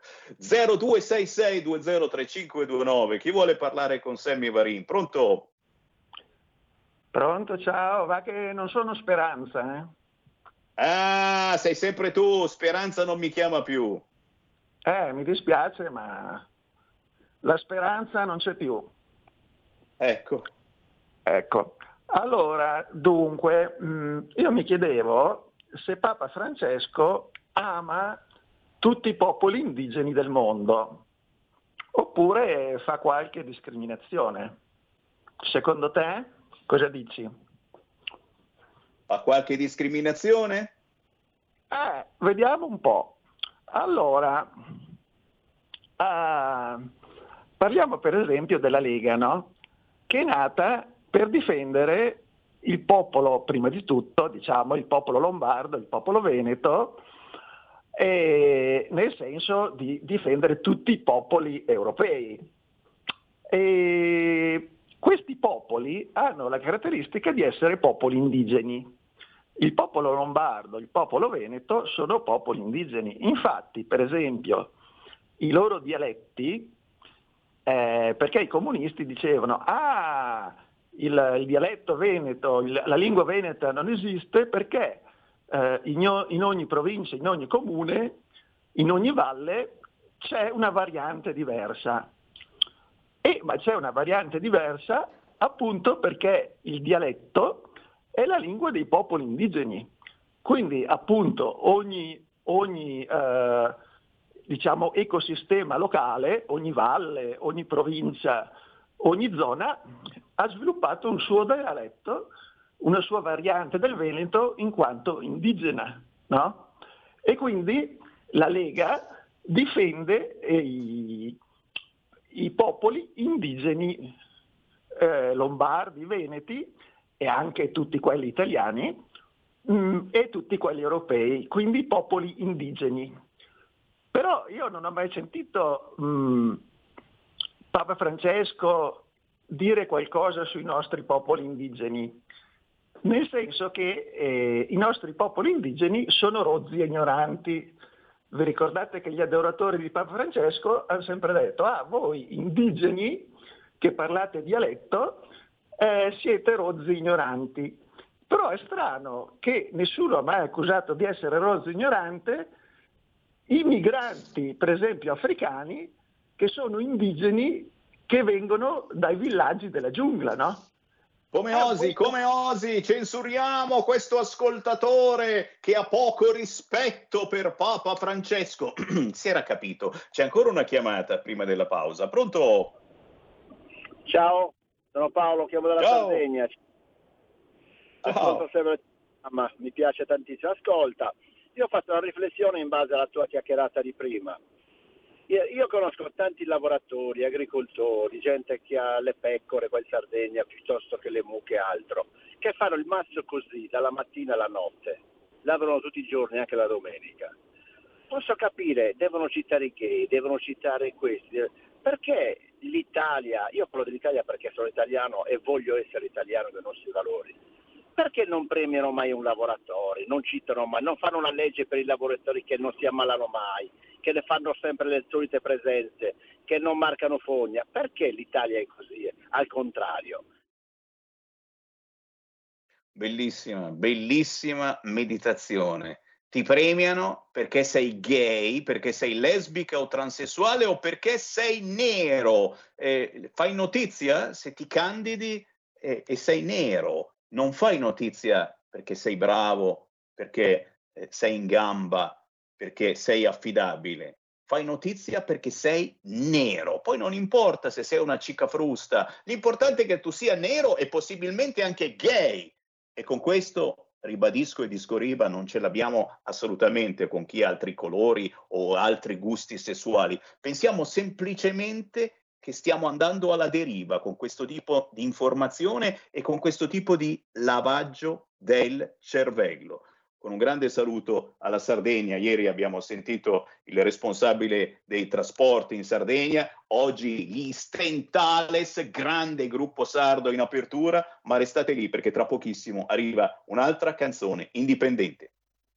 0266203529, chi vuole parlare con Sammy Varin? Pronto? Pronto, ciao, va che non sono Speranza, eh? Ah, sei sempre tu, Speranza non mi chiama più. Mi dispiace, ma la speranza non c'è più. Ecco. Allora, dunque, io mi chiedevo se Papa Francesco ama tutti i popoli indigeni del mondo, oppure fa qualche discriminazione. Secondo te, cosa dici? Fa qualche discriminazione? Vediamo un po'. Allora, parliamo per esempio della Lega, no? Che è nata per difendere il popolo, prima di tutto, diciamo, il popolo lombardo, il popolo veneto, nel senso di difendere tutti i popoli europei. E questi popoli hanno la caratteristica di essere popoli indigeni. Il popolo lombardo, il popolo veneto sono popoli indigeni. Infatti, per esempio, i loro dialetti, perché i comunisti dicevano il dialetto veneto, la lingua veneta non esiste perché in ogni provincia, in ogni comune, in ogni valle c'è una variante diversa. Ma c'è una variante diversa appunto perché il dialetto è la lingua dei popoli indigeni. Quindi appunto ogni diciamo ecosistema locale, ogni valle, ogni provincia, ogni zona ha sviluppato un suo dialetto, una sua variante del veneto in quanto indigena, no? E quindi la Lega difende i popoli indigeni lombardi, veneti e anche tutti quelli italiani, e tutti quelli europei, quindi popoli indigeni. Però io non ho mai sentito Papa Francesco dire qualcosa sui nostri popoli indigeni, nel senso che i nostri popoli indigeni sono rozzi e ignoranti. Vi ricordate che gli adoratori di Papa Francesco hanno sempre detto: voi indigeni che parlate dialetto siete rozzi e ignoranti. Però è strano che nessuno ha mai accusato di essere rozzo e ignorante i migranti, per esempio africani, che sono indigeni, che vengono dai villaggi della giungla, no? Come osi, censuriamo questo ascoltatore che ha poco rispetto per Papa Francesco. Si era capito. C'è ancora una chiamata prima della pausa. Pronto? Ciao, sono Paolo, chiamo dalla Sardegna. Ascolto sempre, ma mi piace tantissimo. Ascolta, io ho fatto una riflessione in base alla tua chiacchierata di prima. Io conosco tanti lavoratori, agricoltori, gente che ha le pecore qua in Sardegna piuttosto che le mucche e altro, che fanno il mazzo così dalla mattina alla notte, lavorano tutti i giorni, anche la domenica. Posso capire, devono citare i gay, devono citare questi, perché l'Italia, io parlo dell'Italia perché sono italiano e voglio essere italiano dei nostri valori, perché non premiano mai un lavoratore, non citano mai, non fanno una legge per i lavoratori che non si ammalano mai, che ne fanno sempre le solite presenze, che non marcano fogna? Perché l'Italia è così, al contrario? Bellissima, bellissima meditazione. Ti premiano perché sei gay, perché sei lesbica o transessuale o perché sei nero. Fai notizia se ti candidi e sei nero. Non fai notizia perché sei bravo, perché sei in gamba, perché sei affidabile. Fai notizia perché sei nero. Poi non importa se sei una cicca frusta, l'importante è che tu sia nero e possibilmente anche gay. E con questo, ribadisco e discoriba, non ce l'abbiamo assolutamente con chi ha altri colori o altri gusti sessuali. Pensiamo semplicemente che stiamo andando alla deriva con questo tipo di informazione e con questo tipo di lavaggio del cervello. Con un grande saluto alla Sardegna. Ieri abbiamo sentito il responsabile dei trasporti in Sardegna, oggi gli Stentales, grande gruppo sardo in apertura, ma restate lì perché tra pochissimo arriva un'altra canzone indipendente.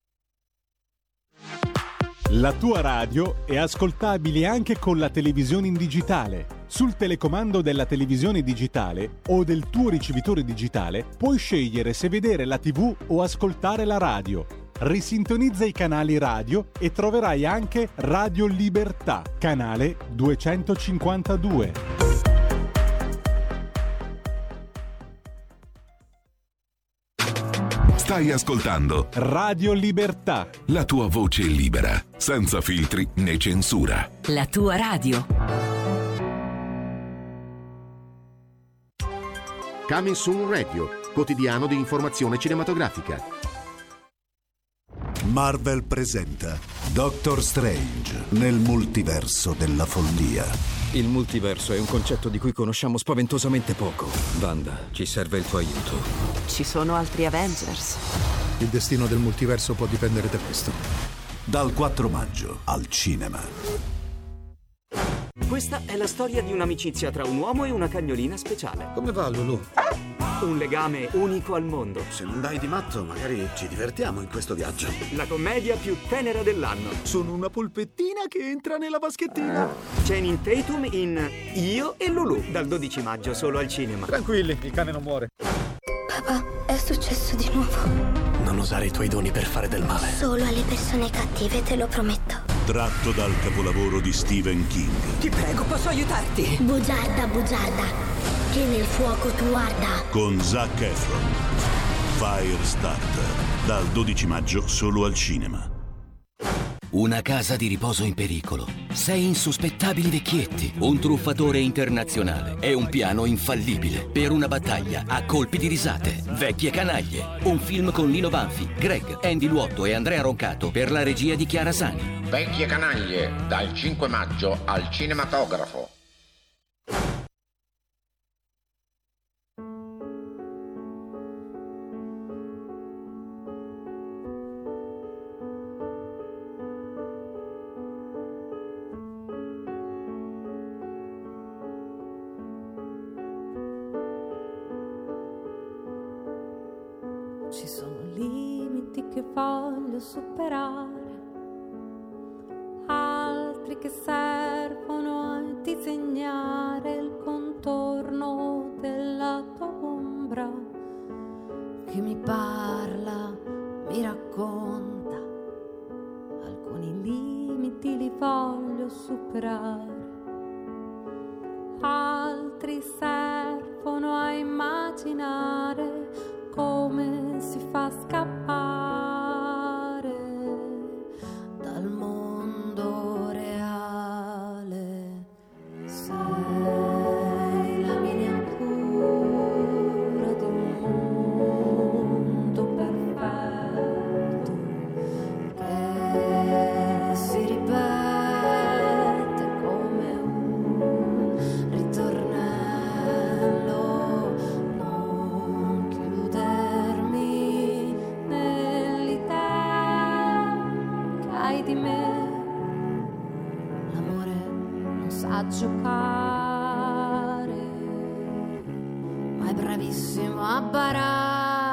La tua radio è ascoltabile anche con la televisione in digitale. Sul telecomando della televisione digitale o del tuo ricevitore digitale puoi scegliere se vedere la TV o ascoltare la radio. Risintonizza i canali radio e troverai anche Radio Libertà, canale 252. Stai ascoltando Radio Libertà, la tua voce libera, senza filtri né censura. La tua radio. Coming Soon Radio, quotidiano di informazione cinematografica. Marvel presenta Doctor Strange nel multiverso della follia. Il multiverso è un concetto di cui conosciamo spaventosamente poco. Wanda, ci serve il tuo aiuto. Ci sono altri Avengers. Il destino del multiverso può dipendere da questo. Dal 4 maggio al cinema. Questa è la storia di un'amicizia tra un uomo e una cagnolina speciale. Come va, Lulu? Un legame unico al mondo. Se non dai di matto, magari ci divertiamo in questo viaggio. La commedia più tenera dell'anno. Sono una polpettina che entra nella vaschettina. Channing Tatum in Io e Lulu, dal 12 maggio solo al cinema. Tranquilli, il cane non muore. Papà, è successo di nuovo. Non usare i tuoi doni per fare del male. Solo alle persone cattive, te lo prometto. Tratto dal capolavoro di Stephen King. Ti prego, posso aiutarti? Bugiarda, bugiarda, che nel fuoco tu arda. Con Zac Efron. Firestarter. Dal 12 maggio solo al cinema. Una casa di riposo in pericolo. 6 insospettabili vecchietti. Un truffatore internazionale. E un piano infallibile. Per una battaglia a colpi di risate. Vecchie canaglie. Un film con Lino Banfi, Greg, Andy Luotto e Andrea Roncato per la regia di Chiara Sani. Vecchie canaglie, dal 5 maggio al cinematografo. sono limiti che voglio superare, altri che servono a disegnare il contorno della tua ombra, che mi parla, mi racconta. Alcuni limiti li voglio superare, altri servono a immaginare come si fa scappare dal mondo reale. Sei la miniatura di un mondo perfetto che si ripete come un ritornello. Non chiudermi nell'idea che hai di me. L'amore non sa giocare, ma è bravissimo a barare.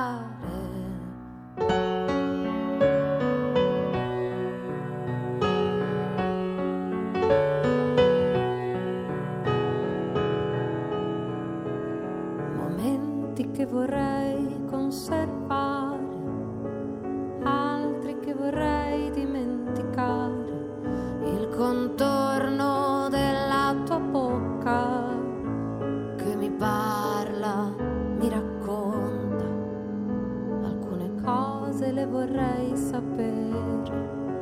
Momenti che vorrei conservare, altri che vorrei dimenticare. Il contorno della tua bocca che mi parla, mi racconta. Alcune cose le vorrei sapere,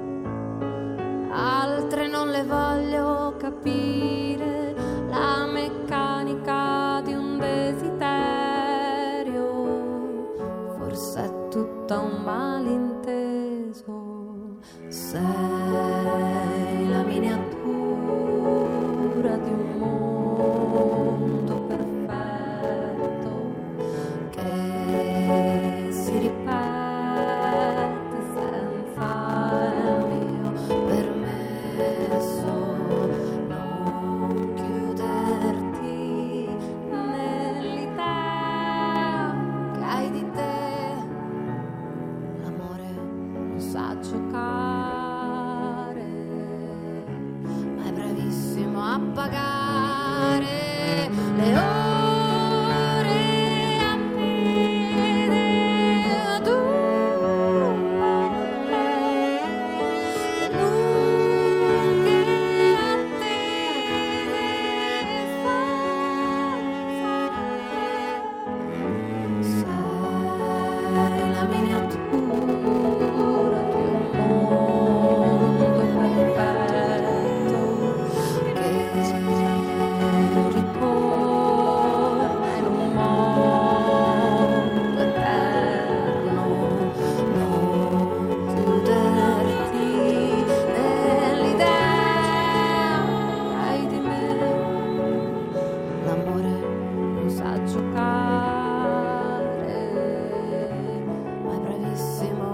altre non le voglio capire. La meccanica di un desiderio, forse è tutta un malinteso. Sei la miniatura di un mondo perfetto che si ripete senza il mio permesso. Non chiuderti nell'idea che hai di te. L'amore non sa giocare, ma è bravissimo a pagare le ore a piedi dure, le lunghe attese senza. Sei la miniatura di un mondo perfetto che ritorna in un mondo eterno. Non chiuderti nell'idea che hai di me. L'amore non sa giocare, ma è bravissimo.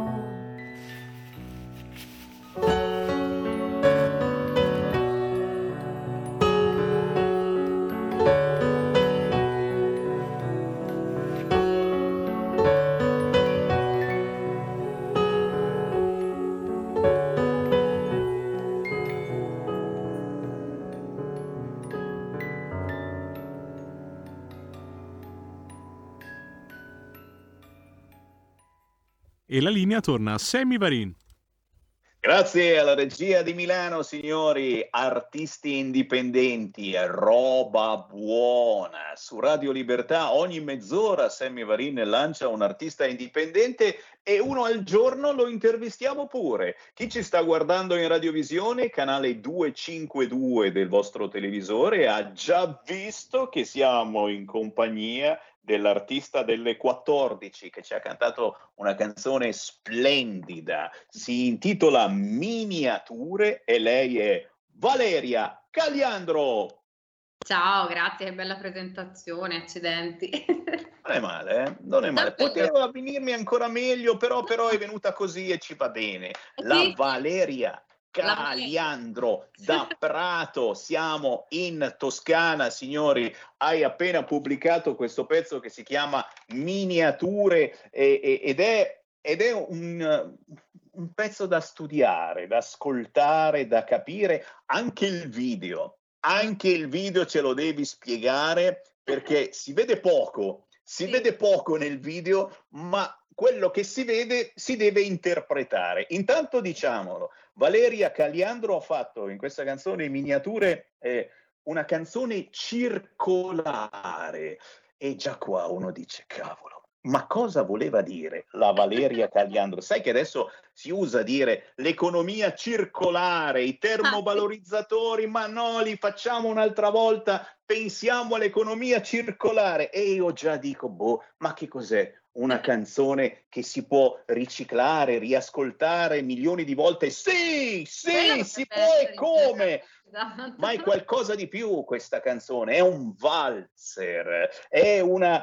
E la linea torna a Sammy Varin. Grazie alla regia di Milano, signori. Artisti indipendenti, roba buona. Su Radio Libertà ogni mezz'ora Sammy Varin lancia un artista indipendente e uno al giorno lo intervistiamo pure. Chi ci sta guardando in radiovisione, canale 252 del vostro televisore, ha già visto che siamo in compagnia dell'artista delle 14 che ci ha cantato una canzone splendida, si intitola Miniature e lei è Valeria Caliandro. Ciao, grazie, che bella presentazione, accidenti. Non è male, eh? Non è male. Poteva venirmi ancora meglio, però è venuta così e ci va bene. La Valeria Caliandro da Prato. Siamo in Toscana, signori. Hai appena pubblicato questo pezzo che si chiama Miniature ed è un pezzo da studiare, da ascoltare, da capire. Anche il video ce lo devi spiegare, perché si vede poco nel video, ma quello che si vede si deve interpretare. Intanto diciamolo, Valeria Caliandro ha fatto in questa canzone Miniature una canzone circolare, e già qua uno dice cavolo, ma cosa voleva dire la Valeria Caliandro? Sai che adesso si usa dire l'economia circolare, i termovalorizzatori, ma no, li facciamo un'altra volta, pensiamo all'economia circolare. E io già dico, ma che cos'è? Una canzone che si può riciclare, riascoltare milioni di volte? Sì, si può, e come? Ma è qualcosa di più questa canzone, è un valzer, è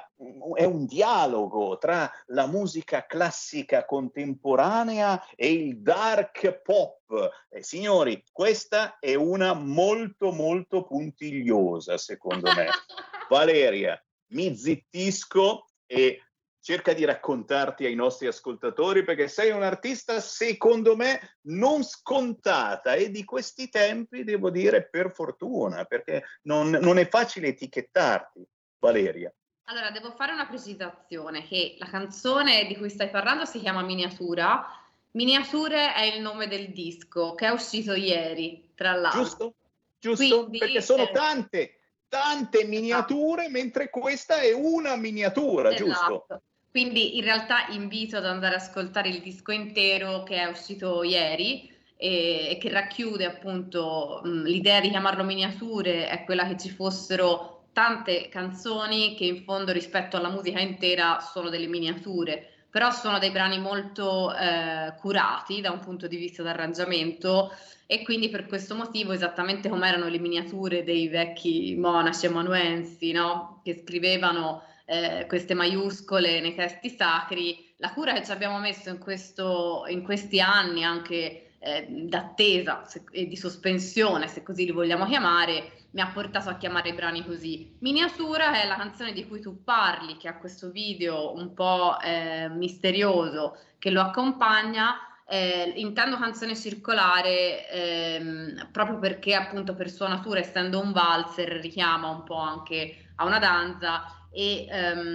un dialogo tra la musica classica contemporanea e il dark pop. Signori, questa è una molto molto puntigliosa, secondo me. Valeria, mi zittisco e cerca di raccontarti ai nostri ascoltatori, perché sei un'artista, secondo me, non scontata, e di questi tempi, devo dire, per fortuna, perché non è facile etichettarti, Valeria. Allora, devo fare una precisazione, che la canzone di cui stai parlando si chiama Miniatura. Miniature è il nome del disco, che è uscito ieri, tra l'altro. Giusto, quindi, perché sono tante miniature, mentre questa è una miniatura, esatto. Giusto? Quindi in realtà invito ad andare ad ascoltare il disco intero che è uscito ieri e che racchiude appunto l'idea di chiamarlo Miniature, è quella che ci fossero tante canzoni che in fondo rispetto alla musica intera sono delle miniature, però sono dei brani molto curati da un punto di vista d'arrangiamento, e quindi per questo motivo, esattamente come erano le miniature dei vecchi monaci amanuensi, no? Che scrivevano queste maiuscole nei testi sacri, la cura che ci abbiamo messo in questi anni anche d'attesa e di sospensione, se così li vogliamo chiamare, mi ha portato a chiamare i brani così. Miniatura è la canzone di cui tu parli, che ha questo video un po' misterioso che lo accompagna. Intendo canzone circolare proprio perché appunto per sua natura, essendo un valzer, richiama un po' anche a una danza, e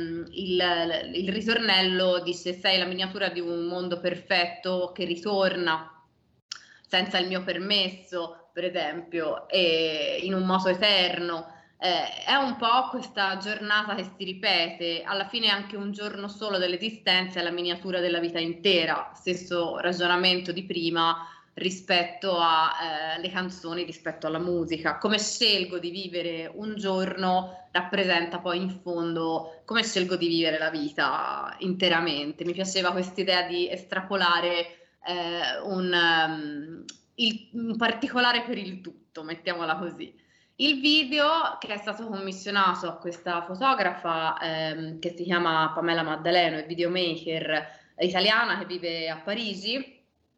il ritornello dice: sei la miniatura di un mondo perfetto che ritorna senza il mio permesso, per esempio, e in un moto eterno. È un po' questa giornata che si ripete, alla fine anche un giorno solo dell'esistenza è la miniatura della vita intera, stesso ragionamento di prima rispetto alle canzoni, rispetto alla musica. Come scelgo di vivere un giorno rappresenta poi in fondo come scelgo di vivere la vita interamente. Mi piaceva questa idea di estrapolare un particolare per il tutto, mettiamola così. Il video, che è stato commissionato a questa fotografa che si chiama Pamela Maddaleno, è videomaker italiana che vive a Parigi,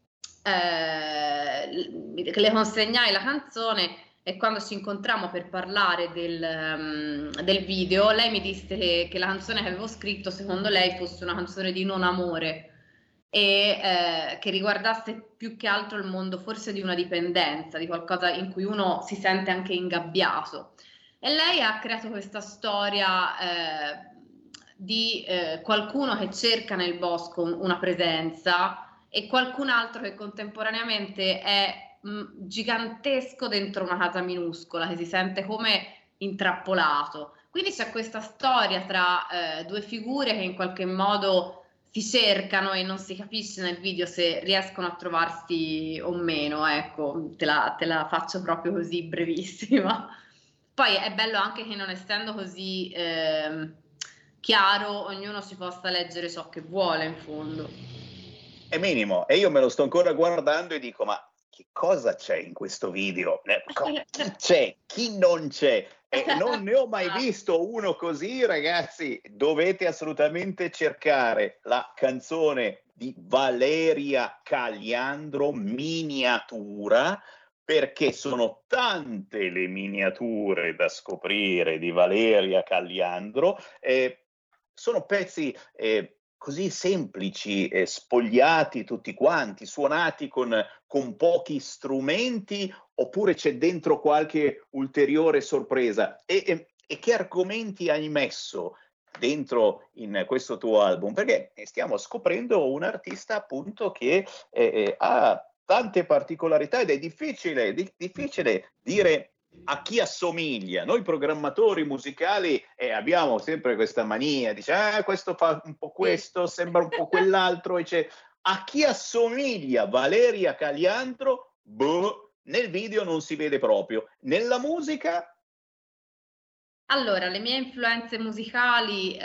le consegnai la canzone, e quando ci incontrammo per parlare del video, lei mi disse che la canzone che avevo scritto secondo lei fosse una canzone di non amore, e che riguardasse più che altro il mondo forse di una dipendenza, di qualcosa in cui uno si sente anche ingabbiato. E lei ha creato questa storia di qualcuno che cerca nel bosco una presenza e qualcun altro che contemporaneamente è gigantesco dentro una casa minuscola, che si sente come intrappolato. Quindi c'è questa storia tra due figure che in qualche modo si cercano, e non si capisce nel video se riescono a trovarsi o meno. Ecco, te la faccio proprio così brevissima. Poi è bello anche che, non essendo così chiaro, ognuno si possa leggere ciò che vuole in fondo. È minimo, e io me lo sto ancora guardando e dico: ma che cosa c'è in questo video? Chi c'è? Chi non c'è? Non ne ho mai visto uno così, ragazzi. Dovete assolutamente cercare la canzone di Valeria Caliandro miniatura, perché sono tante le miniature da scoprire di Valeria Caliandro. Sono pezzi così semplici, spogliati tutti quanti, suonati con pochi strumenti, oppure c'è dentro qualche ulteriore sorpresa? E che argomenti hai messo dentro in questo tuo album? Perché stiamo scoprendo un artista appunto che ha tante particolarità ed è difficile dire a chi assomiglia. Noi programmatori musicali abbiamo sempre questa mania, dice questo fa un po' questo, sembra un po' quell'altro, e a chi assomiglia Valeria Caliandro? Nel video non si vede proprio. Nella musica? Allora, le mie influenze musicali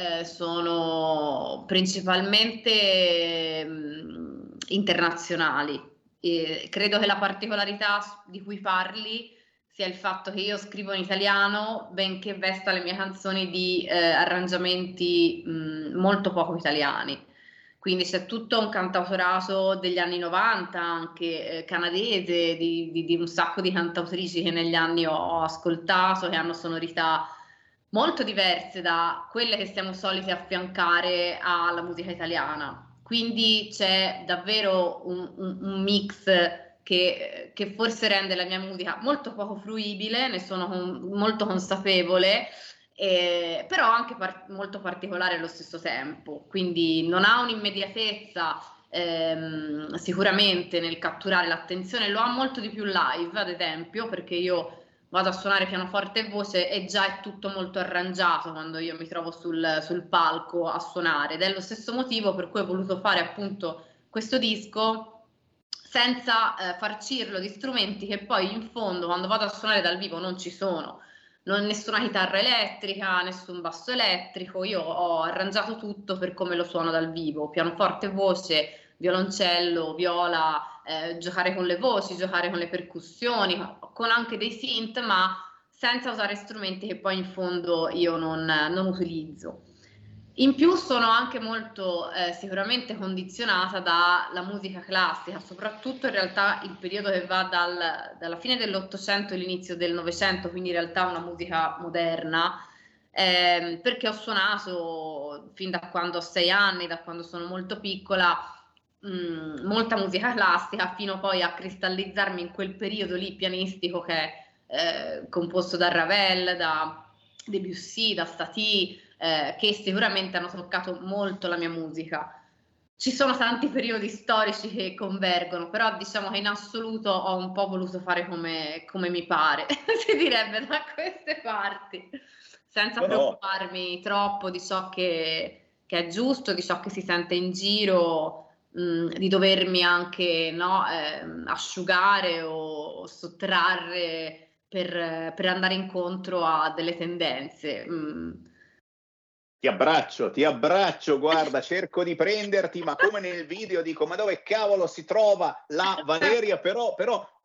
sono principalmente internazionali. Credo che la particolarità di cui parli sia il fatto che io scrivo in italiano, benché vesta le mie canzoni di arrangiamenti molto poco italiani. Quindi c'è tutto un cantautorato degli anni 90, anche canadese, di un sacco di cantautrici che negli anni ho ascoltato, che hanno sonorità molto diverse da quelle che siamo soliti affiancare alla musica italiana. Quindi c'è davvero un mix che forse rende la mia musica molto poco fruibile, ne sono molto consapevole, però anche molto particolare allo stesso tempo. Quindi non ha un'immediatezza sicuramente nel catturare l'attenzione, lo ha molto di più live, ad esempio, perché io vado a suonare pianoforte e voce e già è tutto molto arrangiato quando io mi trovo sul palco a suonare, ed è lo stesso motivo per cui ho voluto fare appunto questo disco senza farcirlo di strumenti che poi in fondo quando vado a suonare dal vivo non ci sono. Nessuna chitarra elettrica, nessun basso elettrico, io ho arrangiato tutto per come lo suono dal vivo, pianoforte, voce, violoncello, viola, giocare con le voci, giocare con le percussioni, con anche dei synth, ma senza usare strumenti che poi in fondo io non utilizzo. In più sono anche molto sicuramente condizionata dalla musica classica, soprattutto in realtà il periodo che va dalla fine dell'Ottocento e l'inizio del Novecento, quindi in realtà una musica moderna, perché ho suonato fin da quando ho 6 anni, da quando sono molto piccola, molta musica classica, fino poi a cristallizzarmi in quel periodo lì pianistico che è composto da Ravel, da Debussy, da Satie, che sicuramente hanno toccato molto la mia musica. Ci sono tanti periodi storici che convergono, però diciamo che in assoluto ho un po' voluto fare come mi pare, si direbbe da queste parti, senza preoccuparmi troppo di ciò che è giusto, di ciò che si sente in giro, di dovermi anche asciugare o sottrarre per andare incontro a delle tendenze. Ti abbraccio, guarda, cerco di prenderti, ma come nel video dico, ma dove cavolo si trova la Valeria? Però,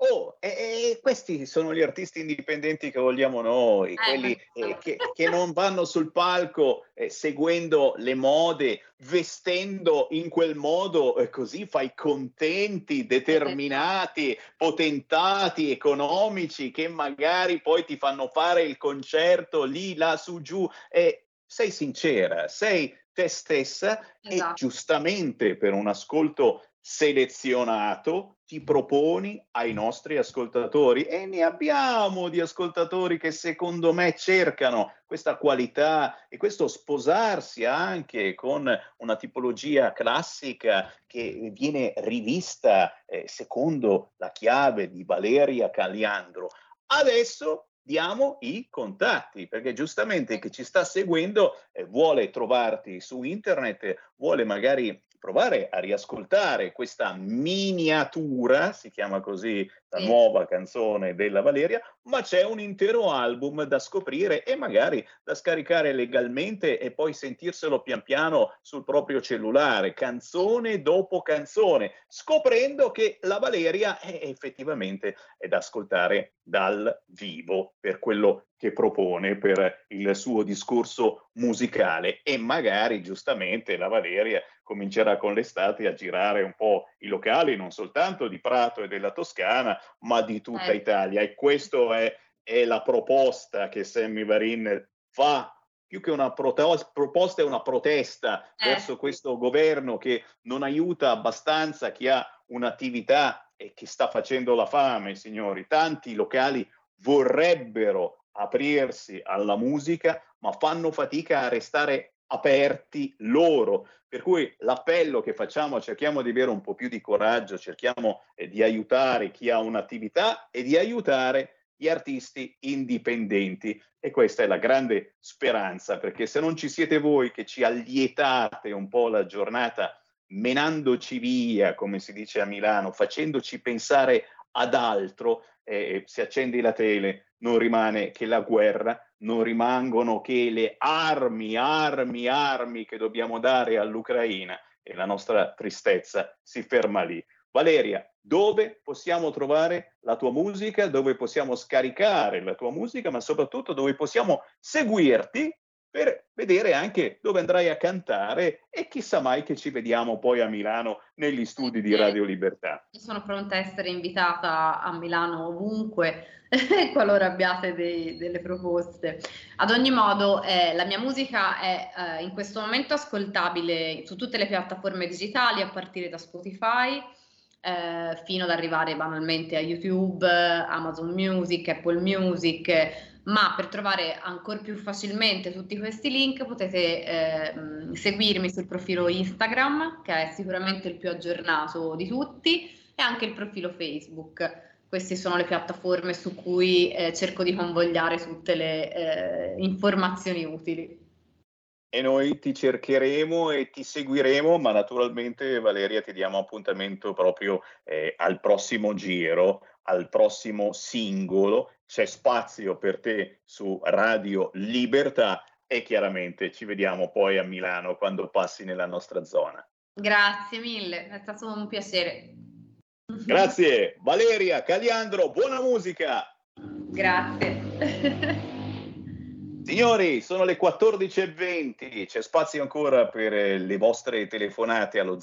questi sono gli artisti indipendenti che vogliamo noi, quelli che non vanno sul palco seguendo le mode, vestendo in quel modo, così fai contenti, determinati, potentati, economici, che magari poi ti fanno fare il concerto lì, là, su, giù, sei sincera, sei te stessa, esatto. E giustamente per un ascolto selezionato ti proponi ai nostri ascoltatori, e ne abbiamo di ascoltatori che secondo me cercano questa qualità e questo sposarsi anche con una tipologia classica che viene rivista secondo la chiave di Valeria Caliandro. Adesso diamo i contatti, perché giustamente chi ci sta seguendo vuole trovarti su internet, vuole magari provare a riascoltare questa miniatura, si chiama così la nuova canzone della Valeria, ma c'è un intero album da scoprire e magari da scaricare legalmente e poi sentirselo pian piano sul proprio cellulare, canzone dopo canzone, scoprendo che la Valeria effettivamente è da ascoltare dal vivo per quello che propone, per il suo discorso musicale, e magari giustamente la Valeria comincerà con l'estate a girare un po' i locali, non soltanto di Prato e della Toscana, ma di tutta Italia. E questa è la proposta che Sammy Varin fa, più che una proposta, è una protesta verso questo governo che non aiuta abbastanza chi ha un'attività e che sta facendo la fame, signori. Tanti locali vorrebbero aprirsi alla musica, ma fanno fatica a restare aperti loro. Per cui l'appello che facciamo, cerchiamo di avere un po' più di coraggio, cerchiamo di aiutare chi ha un'attività e di aiutare gli artisti indipendenti, e questa è la grande speranza, perché se non ci siete voi che ci allietate un po' la giornata, menandoci via, come si dice a Milano, facendoci pensare ad altro, se accendi la tele non rimane che la guerra, non rimangono che le armi che dobbiamo dare all'Ucraina, e la nostra tristezza si ferma lì. Valeria, dove possiamo trovare la tua musica, dove possiamo scaricare la tua musica, ma soprattutto dove possiamo seguirti per vedere anche dove andrai a cantare, e chissà mai che ci vediamo poi a Milano negli studi di Radio Libertà. Sono pronta a essere invitata a Milano ovunque, qualora abbiate delle proposte. Ad ogni modo, la mia musica è in questo momento ascoltabile su tutte le piattaforme digitali, a partire da Spotify, fino ad arrivare banalmente a YouTube, Amazon Music, Apple Music, ma per trovare ancora più facilmente tutti questi link potete seguirmi sul profilo Instagram, che è sicuramente il più aggiornato di tutti, e anche il profilo Facebook. Queste sono le piattaforme su cui cerco di convogliare tutte le informazioni utili. E noi ti cercheremo e ti seguiremo, ma naturalmente, Valeria, ti diamo appuntamento proprio al prossimo giro, al prossimo singolo. C'è spazio per te su Radio Libertà, e chiaramente ci vediamo poi a Milano quando passi nella nostra zona. Grazie mille, è stato un piacere. Grazie, Valeria Caliandro, buona musica! Grazie. Signori, sono le 14:20, c'è spazio ancora per le vostre telefonate allo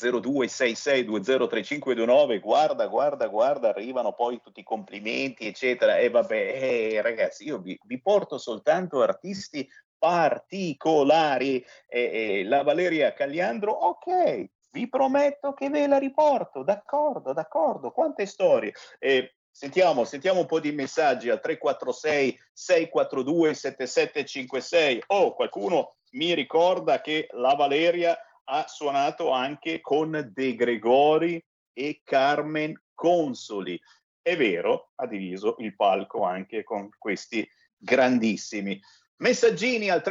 0266203529. Guarda, arrivano poi tutti i complimenti, eccetera. E vabbè, ragazzi, io vi porto soltanto artisti particolari. La Valeria Caliandro, ok, vi prometto che ve la riporto, d'accordo, quante storie. Sentiamo un po' di messaggi al 346-642-7756. Oh, qualcuno mi ricorda che la Valeria ha suonato anche con De Gregori e Carmen Consoli. È vero, ha diviso il palco anche con questi grandissimi. Messaggini al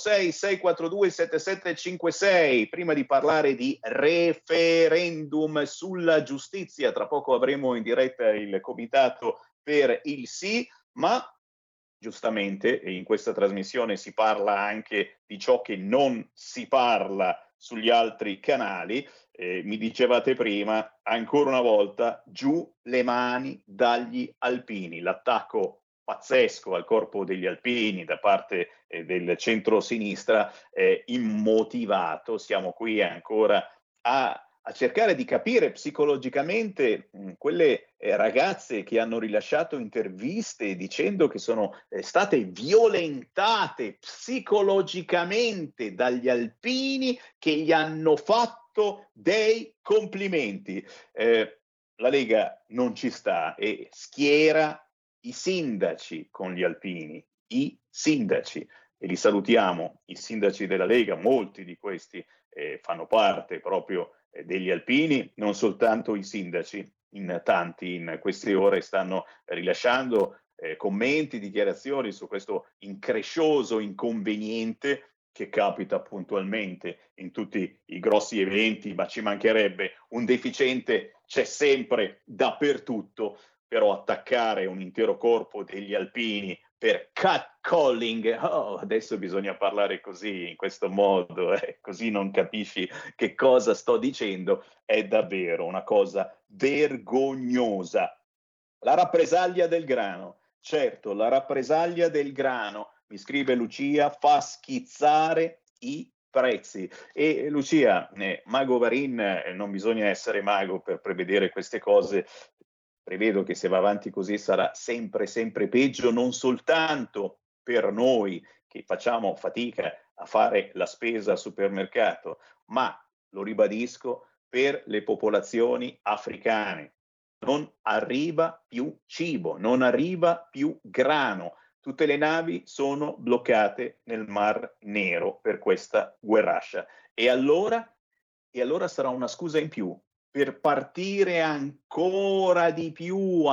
346-642-7756. Prima di parlare di referendum sulla giustizia, tra poco avremo in diretta il comitato per il sì, ma giustamente in questa trasmissione si parla anche di ciò che non si parla sugli altri canali. Mi dicevate prima, ancora una volta, giù le mani dagli alpini. L'attacco pazzesco al corpo degli alpini da parte del centro-sinistra, immotivato. Siamo qui ancora a cercare di capire psicologicamente quelle ragazze che hanno rilasciato interviste dicendo che sono state violentate psicologicamente dagli alpini, che gli hanno fatto dei complimenti. La Lega non ci sta e schiera i sindaci con gli alpini, i sindaci, e li salutiamo, i sindaci della Lega. Molti di questi fanno parte proprio degli alpini, non soltanto i sindaci. In tanti in queste ore stanno rilasciando commenti, dichiarazioni su questo increscioso inconveniente che capita puntualmente in tutti i grossi eventi, ma ci mancherebbe, un deficiente c'è sempre dappertutto. Però attaccare un intero corpo degli alpini per catcalling, adesso bisogna parlare così, in questo modo, così non capisci che cosa sto dicendo, è davvero una cosa vergognosa. La rappresaglia del grano. Certo, la rappresaglia del grano, mi scrive Lucia, fa schizzare i prezzi. E Lucia, Mago Varin, non bisogna essere mago per prevedere queste cose. Prevedo che se va avanti così sarà sempre peggio, non soltanto per noi che facciamo fatica a fare la spesa al supermercato, ma, lo ribadisco, per le popolazioni africane. Non arriva più cibo, non arriva più grano. Tutte le navi sono bloccate nel Mar Nero per questa guerrascia. E allora sarà una scusa in più per partire ancora di più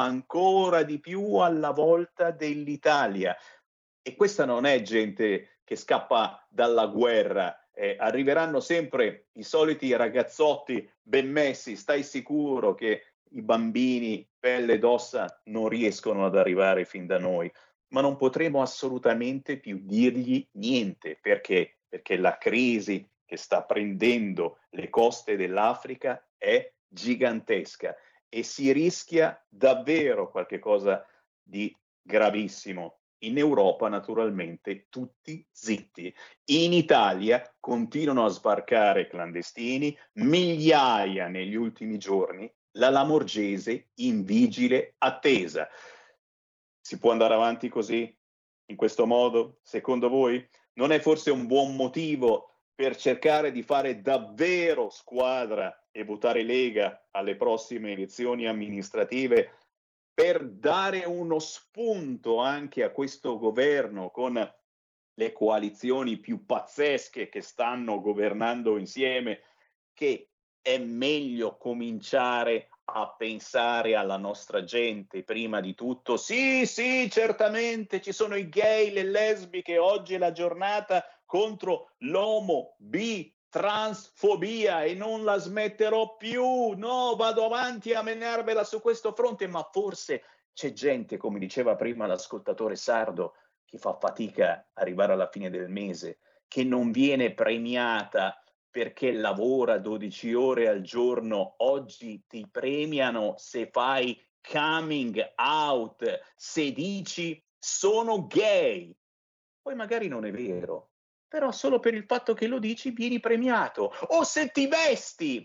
alla volta dell'Italia. E questa non è gente che scappa dalla guerra. Arriveranno sempre i soliti ragazzotti ben messi, stai sicuro che i bambini pelle ed ossa non riescono ad arrivare fin da noi, ma non potremo assolutamente più dirgli niente, perché la crisi che sta prendendo le coste dell'Africa è gigantesca e si rischia davvero qualche cosa di gravissimo. In Europa, naturalmente, tutti zitti. In Italia continuano a sbarcare clandestini, migliaia negli ultimi giorni, la Lamorgese in vigile attesa. Si può andare avanti così, in questo modo, secondo voi? Non è forse un buon motivo per cercare di fare davvero squadra e votare Lega alle prossime elezioni amministrative, per dare uno spunto anche a questo governo con le coalizioni più pazzesche che stanno governando insieme, che è meglio cominciare a pensare alla nostra gente prima di tutto? Sì, certamente ci sono i gay, le lesbiche, oggi è la giornata contro l'omo, bi, transfobia e non la smetterò più, no, vado avanti a menarvela su questo fronte, ma forse c'è gente, come diceva prima l'ascoltatore sardo, che fa fatica ad arrivare alla fine del mese, che non viene premiata perché lavora 12 ore al giorno. Oggi ti premiano se fai coming out, se dici sono gay. Poi magari non è vero, però solo per il fatto che lo dici vieni premiato. O se ti vesti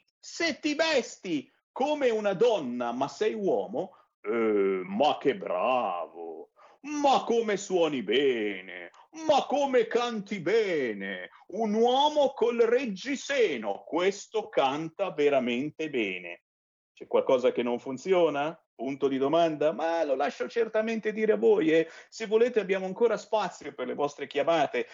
come una donna ma sei uomo, ma che bravo, ma come suoni bene, ma come canti bene, un uomo col reggiseno, questo canta veramente bene. C'è qualcosa che non funziona? Punto di domanda? Ma lo lascio certamente dire a voi e se volete abbiamo ancora spazio per le vostre chiamate.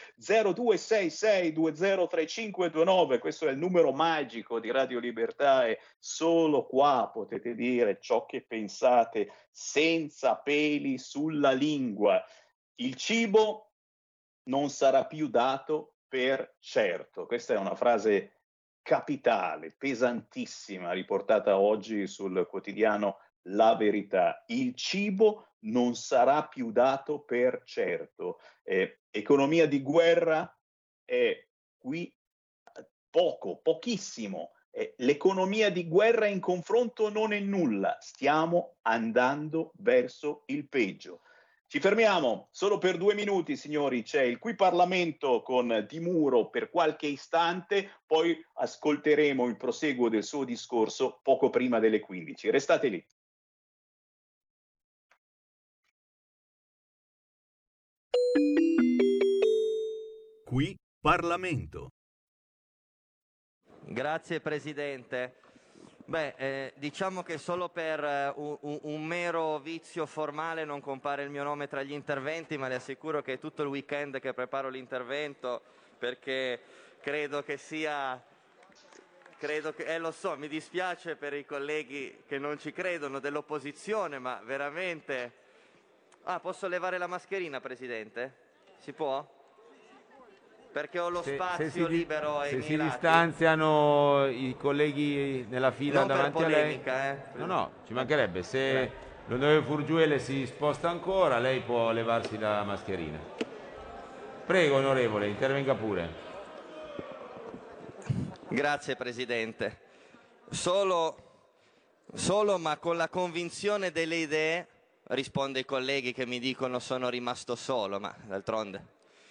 0266203529, questo è il numero magico di Radio Libertà e solo qua potete dire ciò che pensate senza peli sulla lingua. Il cibo non sarà più dato per certo. Questa è una frase capitale, pesantissima, riportata oggi sul quotidiano La Verità. Il cibo non sarà più dato per certo. Economia di guerra è qui pochissimo. L'economia di guerra in confronto non è nulla. Stiamo andando verso il peggio. Ci fermiamo solo per 2 minuti, signori. C'è il Qui Parlamento con Di Muro per qualche istante, poi ascolteremo il proseguo del suo discorso poco prima delle 15. Restate lì. Qui Parlamento. Grazie Presidente. Diciamo che solo per un mero vizio formale non compare il mio nome tra gli interventi, ma le assicuro che è tutto il weekend che preparo l'intervento, perché credo che lo so, mi dispiace per i colleghi che non ci credono dell'opposizione, ma veramente... posso levare la mascherina, Presidente? Si può? Perché ho lo spazio libero ai se miei si lati. distanziano i colleghi nella fila Non davanti per a lei, polemica, no, ci mancherebbe. Se l'onorevole Furgiuele si sposta ancora, lei può levarsi la mascherina. Prego, onorevole, intervenga pure. Grazie Presidente. Solo ma con la convinzione delle idee rispondo ai colleghi che mi dicono sono rimasto solo, ma d'altronde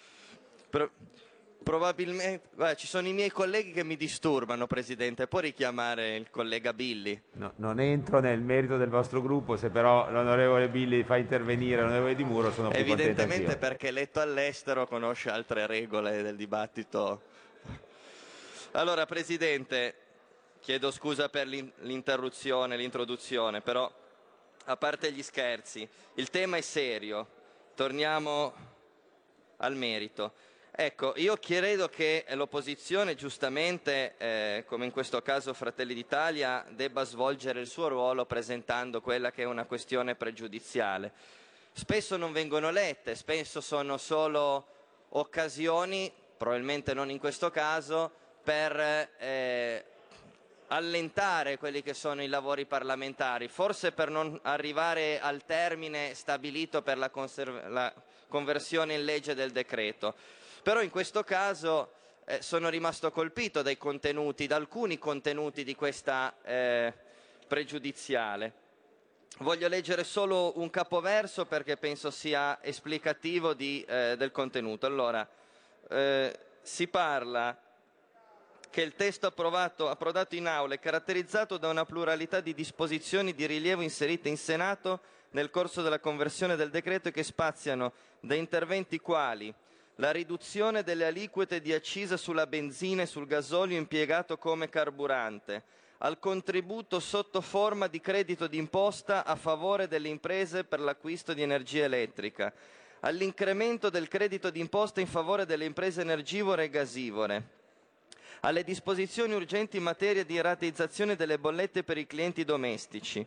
probabilmente ci sono i miei colleghi che mi disturbano, Presidente. Può richiamare il collega Billy? No, non entro nel merito del vostro gruppo, se però l'onorevole Billy fa intervenire l'onorevole Di Muro sono più contento anch'io. Evidentemente perché eletto all'estero conosce altre regole del dibattito. Allora, Presidente, chiedo scusa per l'introduzione, però a parte gli scherzi, il tema è serio, torniamo al merito. Ecco, io credo che l'opposizione, giustamente, come in questo caso Fratelli d'Italia, debba svolgere il suo ruolo presentando quella che è una questione pregiudiziale. Spesso non vengono lette, spesso sono solo occasioni, probabilmente non in questo caso, per allentare quelli che sono i lavori parlamentari, forse per non arrivare al termine stabilito per la conversione in legge del decreto. Però in questo caso sono rimasto colpito dai contenuti, da alcuni contenuti di questa pregiudiziale. Voglio leggere solo un capoverso perché penso sia esplicativo del contenuto. Allora, si parla che il testo approdato in aula è caratterizzato da una pluralità di disposizioni di rilievo inserite in Senato nel corso della conversione del decreto e che spaziano da interventi quali la riduzione delle aliquote di accisa sulla benzina e sul gasolio impiegato come carburante, al contributo sotto forma di credito d'imposta a favore delle imprese per l'acquisto di energia elettrica, all'incremento del credito d'imposta in favore delle imprese energivore e gasivore, alle disposizioni urgenti in materia di rateizzazione delle bollette per i clienti domestici.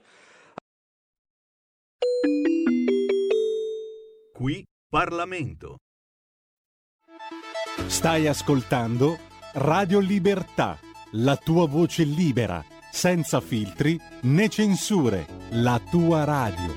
Qui Parlamento. Stai ascoltando Radio Libertà, la tua voce libera, senza filtri né censure, la tua radio.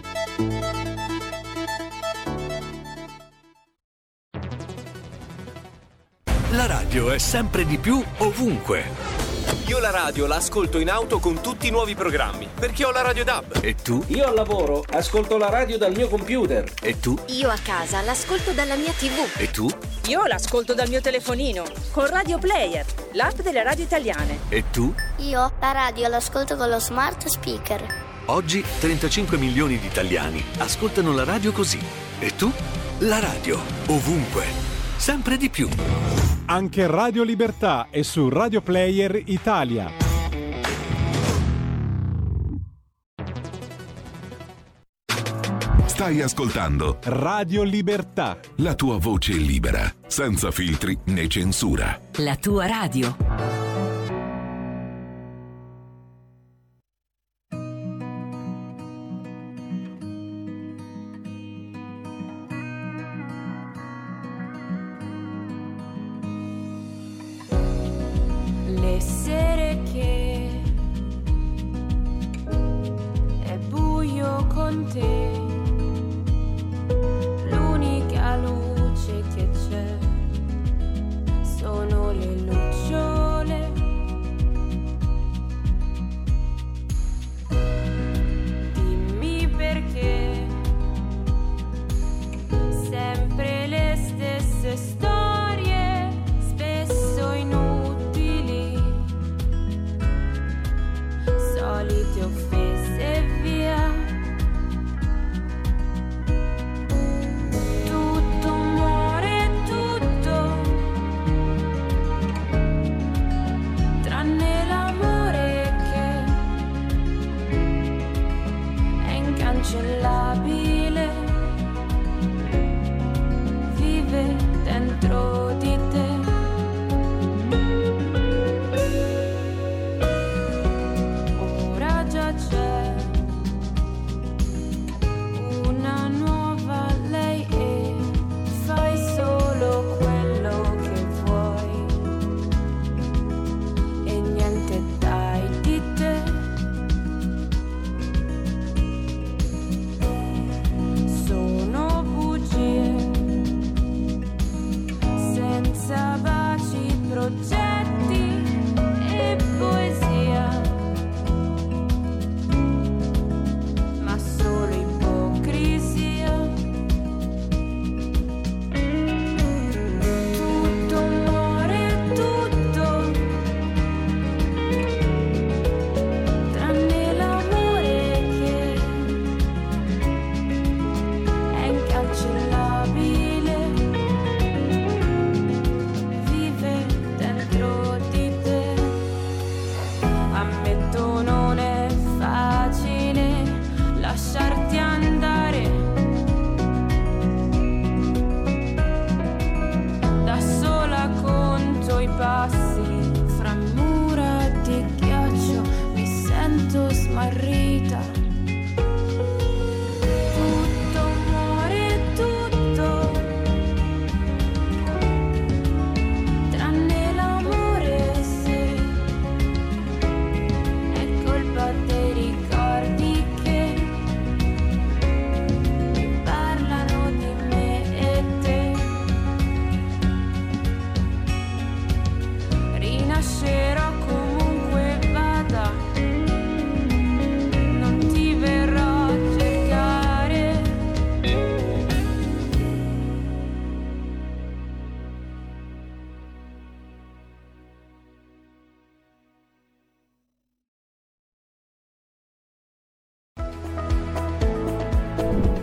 La radio è sempre di più ovunque. Io la radio la ascolto in auto con tutti i nuovi programmi, perché ho la radio DAB. E tu? Io al lavoro ascolto la radio dal mio computer. E tu? Io a casa l'ascolto dalla mia TV. E tu? Io l'ascolto dal mio telefonino, con Radio Player, l'app delle radio italiane. E tu? Io la radio l'ascolto con lo smart speaker. Oggi 35 milioni di italiani ascoltano la radio così. E tu? La radio, ovunque, sempre di più. Anche Radio Libertà è su Radio Player Italia. Stai ascoltando Radio Libertà, la tua voce libera, senza filtri né censura. La tua radio. Le sere che è buio con te, l'unica luce che c'è sono le lucciole. Dimmi perché sempre le stesse storie, spesso inutili.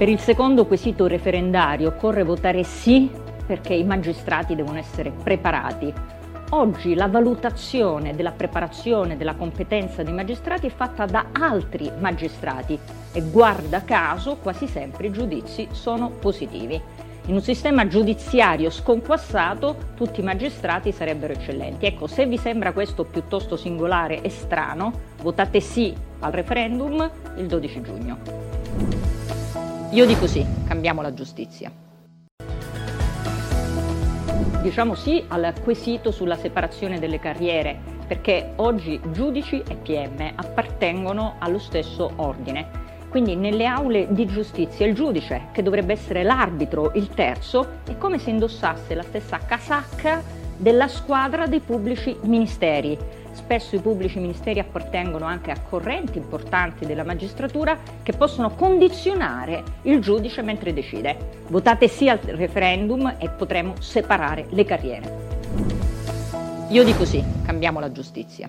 Per il secondo quesito referendario occorre votare sì perché i magistrati devono essere preparati. Oggi la valutazione della preparazione, della competenza dei magistrati è fatta da altri magistrati e guarda caso quasi sempre i giudizi sono positivi. In un sistema giudiziario sconquassato tutti i magistrati sarebbero eccellenti. Ecco, se vi sembra questo piuttosto singolare e strano, votate sì al referendum il 12 giugno. Io dico sì, cambiamo la giustizia. Diciamo sì al quesito sulla separazione delle carriere, perché oggi giudici e PM appartengono allo stesso ordine. Quindi nelle aule di giustizia il giudice, che dovrebbe essere l'arbitro, il terzo, è come se indossasse la stessa casacca della squadra dei pubblici ministeri. Spesso i pubblici ministeri appartengono anche a correnti importanti della magistratura che possono condizionare il giudice mentre decide. Votate sì al referendum e potremo separare le carriere. Io dico sì, cambiamo la giustizia.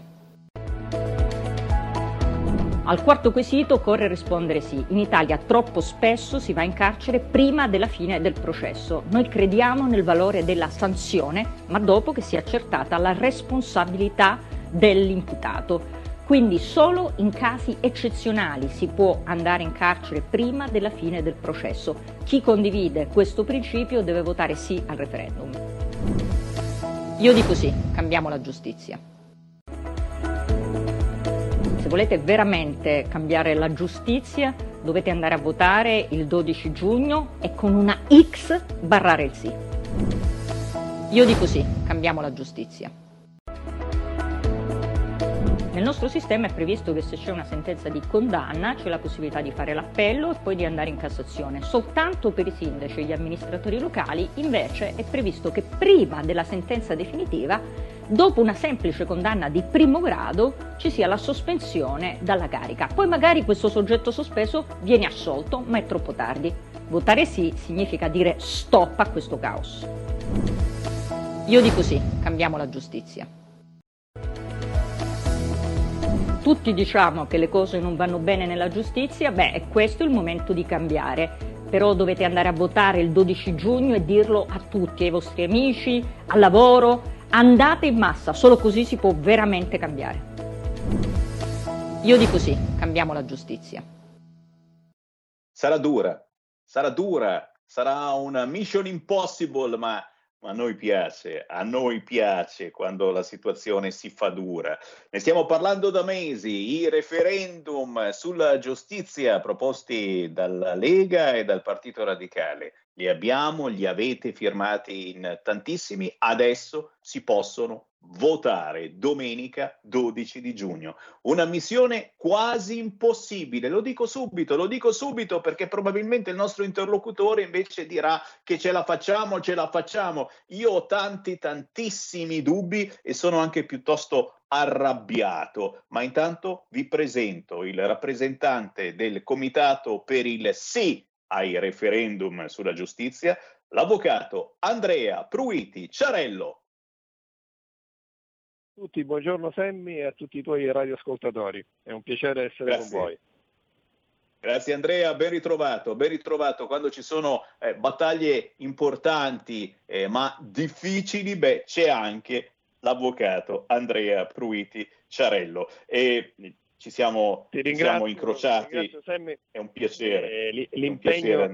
Al quarto quesito occorre rispondere sì. In Italia troppo spesso si va in carcere prima della fine del processo. Noi crediamo nel valore della sanzione, ma dopo che sia accertata la responsabilità dell'imputato. Quindi solo in casi eccezionali si può andare in carcere prima della fine del processo. Chi condivide questo principio deve votare sì al referendum. Io dico sì, cambiamo la giustizia. Se volete veramente cambiare la giustizia, dovete andare a votare il 12 giugno e con una X barrare il sì. Io dico sì, cambiamo la giustizia. Nel nostro sistema è previsto che se c'è una sentenza di condanna c'è la possibilità di fare l'appello e poi di andare in Cassazione. Soltanto per i sindaci e gli amministratori locali invece è previsto che prima della sentenza definitiva, dopo una semplice condanna di primo grado, ci sia la sospensione dalla carica. Poi magari questo soggetto sospeso viene assolto, ma è troppo tardi. Votare sì significa dire stop a questo caos. Io dico sì, cambiamo la giustizia. Tutti diciamo che le cose non vanno bene nella giustizia, è questo il momento di cambiare. Però dovete andare a votare il 12 giugno e dirlo a tutti, ai vostri amici, al lavoro. Andate in massa, solo così si può veramente cambiare. Io dico sì, cambiamo la giustizia. Sarà dura, sarà una mission impossible, ma a noi piace quando la situazione si fa dura. Ne stiamo parlando da mesi, i referendum sulla giustizia proposti dalla Lega e dal Partito Radicale. Li avete firmati in tantissimi, adesso si possono votare domenica 12 di giugno. Una missione quasi impossibile, lo dico subito perché probabilmente il nostro interlocutore invece dirà che ce la facciamo. Io ho tantissimi dubbi e sono anche piuttosto arrabbiato, ma intanto vi presento il rappresentante del Comitato per il sì ai referendum sulla giustizia, l'avvocato Andrea Pruiti Ciarello. Tutti, buongiorno Sammy e a tutti i tuoi radioascoltatori, è un piacere essere con voi. Grazie Andrea, ben ritrovato. Quando ci sono battaglie importanti ma difficili, c'è anche l'avvocato Andrea Pruiti Ciarello. E ci siamo incrociati, Sammy. È un piacere. L'impegno,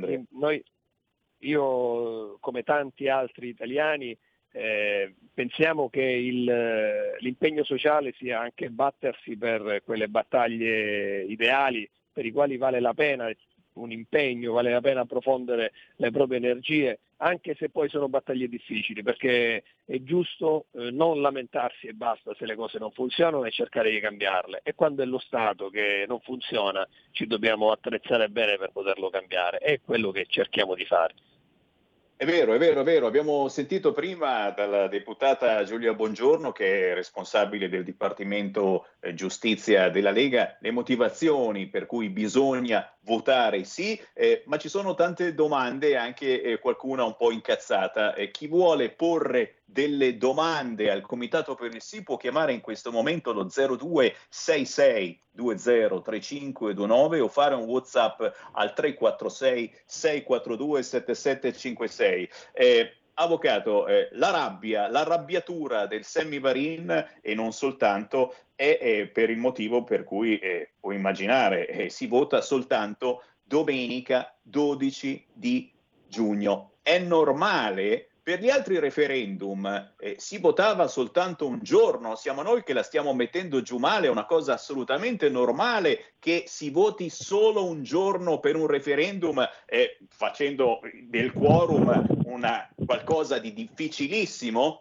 io come tanti altri italiani pensiamo che l'impegno sociale sia anche battersi per quelle battaglie ideali per i quali vale la pena un impegno, vale la pena approfondire le proprie energie, anche se poi sono battaglie difficili, perché è giusto non lamentarsi e basta se le cose non funzionano e cercare di cambiarle, e quando è lo Stato che non funziona ci dobbiamo attrezzare bene per poterlo cambiare, è quello che cerchiamo di fare. È vero, abbiamo sentito prima dalla deputata Giulia Bongiorno, che è responsabile del Dipartimento Giustizia della Lega, le motivazioni per cui bisogna votare sì, ma ci sono tante domande, anche qualcuna un po' incazzata. Chi vuole porre delle domande al Comitato per il Sì può chiamare in questo momento lo 0266 203529 o fare un WhatsApp al 346 642 7756. Avvocato, la rabbia, l'arrabbiatura del Sammy Varin e non soltanto è per il motivo per cui può immaginare si vota soltanto domenica 12 di giugno. È normale? Per gli altri referendum si votava soltanto un giorno, siamo noi che la stiamo mettendo giù male, è una cosa assolutamente normale che si voti solo un giorno per un referendum facendo del quorum qualcosa di difficilissimo?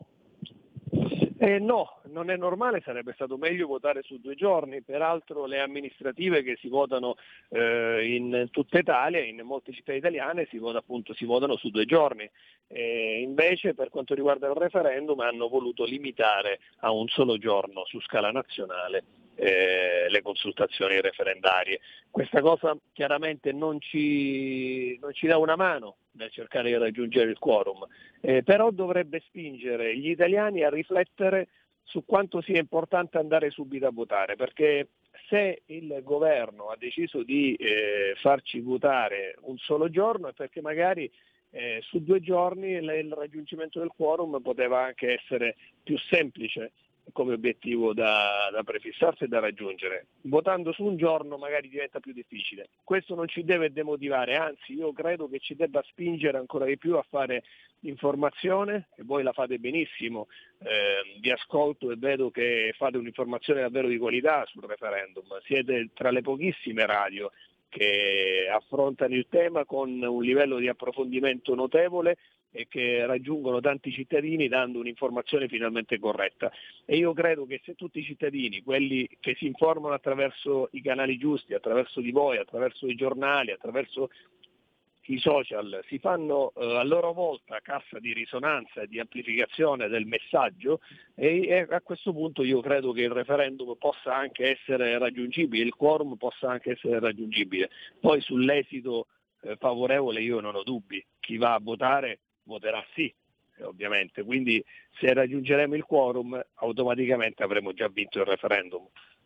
No, non è normale, sarebbe stato meglio votare su 2 giorni, peraltro le amministrative che si votano in tutta Italia, in molte città italiane si votano su 2 giorni, invece per quanto riguarda il referendum hanno voluto limitare a un solo giorno su scala nazionale le consultazioni referendarie. Questa cosa chiaramente non ci dà una mano nel cercare di raggiungere il quorum, però dovrebbe spingere gli italiani a riflettere su quanto sia importante andare subito a votare, perché se il governo ha deciso di farci votare un solo giorno è perché magari su 2 giorni il raggiungimento del quorum poteva anche essere più semplice come obiettivo da prefissarsi e da raggiungere. Votando su un giorno magari diventa più difficile. Questo non ci deve demotivare, anzi io credo che ci debba spingere ancora di più a fare informazione, e voi la fate benissimo, vi ascolto e vedo che fate un'informazione davvero di qualità sul referendum, siete tra le pochissime radio che affrontano il tema con un livello di approfondimento notevole e che raggiungono tanti cittadini dando un'informazione finalmente corretta. E io credo che se tutti i cittadini, quelli che si informano attraverso i canali giusti, attraverso di voi, attraverso i giornali, attraverso i social, si fanno a loro volta cassa di risonanza e di amplificazione del messaggio, e a questo punto io credo che il referendum possa anche essere raggiungibile, il quorum possa anche essere raggiungibile. Poi sull'esito favorevole io non ho dubbi, chi va a votare voterà sì, ovviamente, quindi se raggiungeremo il quorum automaticamente avremo già vinto il referendum.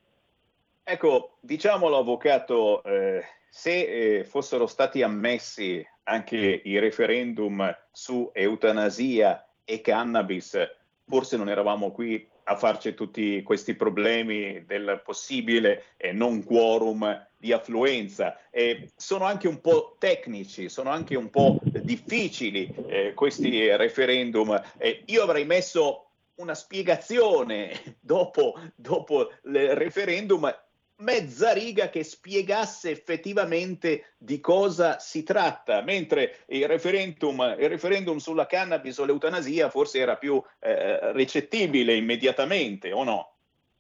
Ecco, diciamolo avvocato, se fossero stati ammessi anche i referendum su eutanasia e cannabis, forse non eravamo qui a farci tutti questi problemi del possibile non quorum di affluenza. Sono anche un po' tecnici, sono anche un po' difficili questi referendum. Io avrei messo una spiegazione dopo il referendum, mezza riga che spiegasse effettivamente di cosa si tratta, mentre il referendum sulla cannabis o l'eutanasia forse era più ricettibile immediatamente, o no?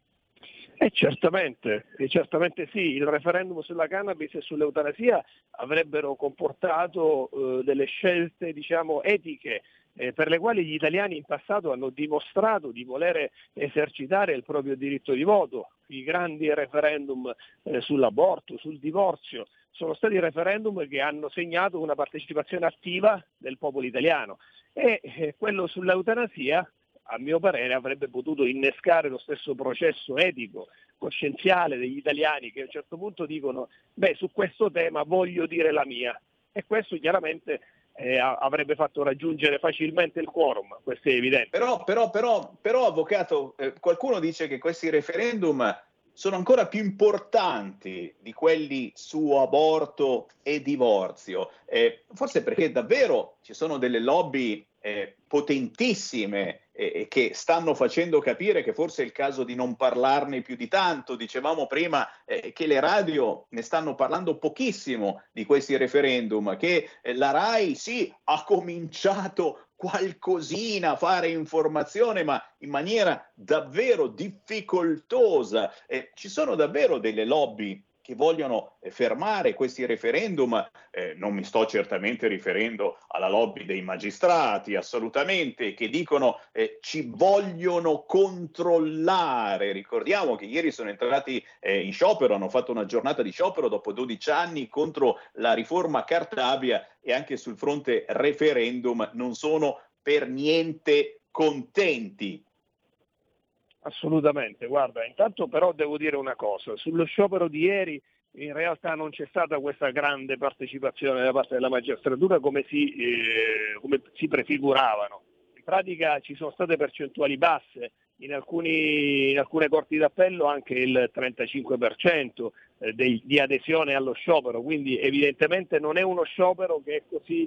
Certamente sì, il referendum sulla cannabis e sull'eutanasia avrebbero comportato delle scelte, diciamo, etiche, per le quali gli italiani in passato hanno dimostrato di voler esercitare il proprio diritto di voto. I grandi referendum sull'aborto, sul divorzio, sono stati referendum che hanno segnato una partecipazione attiva del popolo italiano, e quello sull'eutanasia, a mio parere, avrebbe potuto innescare lo stesso processo etico, coscienziale degli italiani che a un certo punto dicono su questo tema voglio dire la mia, e questo chiaramente avrebbe fatto raggiungere facilmente il quorum, questo è evidente. Però avvocato, qualcuno dice che questi referendum sono ancora più importanti di quelli su aborto e divorzio, forse perché davvero ci sono delle lobby potentissime che stanno facendo capire che forse è il caso di non parlarne più di tanto. Dicevamo prima che le radio ne stanno parlando pochissimo di questi referendum, che la RAI sì ha cominciato qualcosina a fare informazione, ma in maniera davvero difficoltosa. Ci sono davvero delle lobby che vogliono fermare questi referendum. Non mi sto certamente riferendo alla lobby dei magistrati, assolutamente, che dicono ci vogliono controllare. Ricordiamo che ieri sono entrati in sciopero, hanno fatto una giornata di sciopero dopo 12 anni contro la riforma Cartabia, e anche sul fronte referendum non sono per niente contenti? Assolutamente, guarda, intanto però devo dire una cosa, sullo sciopero di ieri in realtà non c'è stata questa grande partecipazione da parte della magistratura come si prefiguravano. In pratica ci sono state percentuali basse, in alcune corti d'appello anche il 35% di adesione allo sciopero, quindi evidentemente non è uno sciopero che è così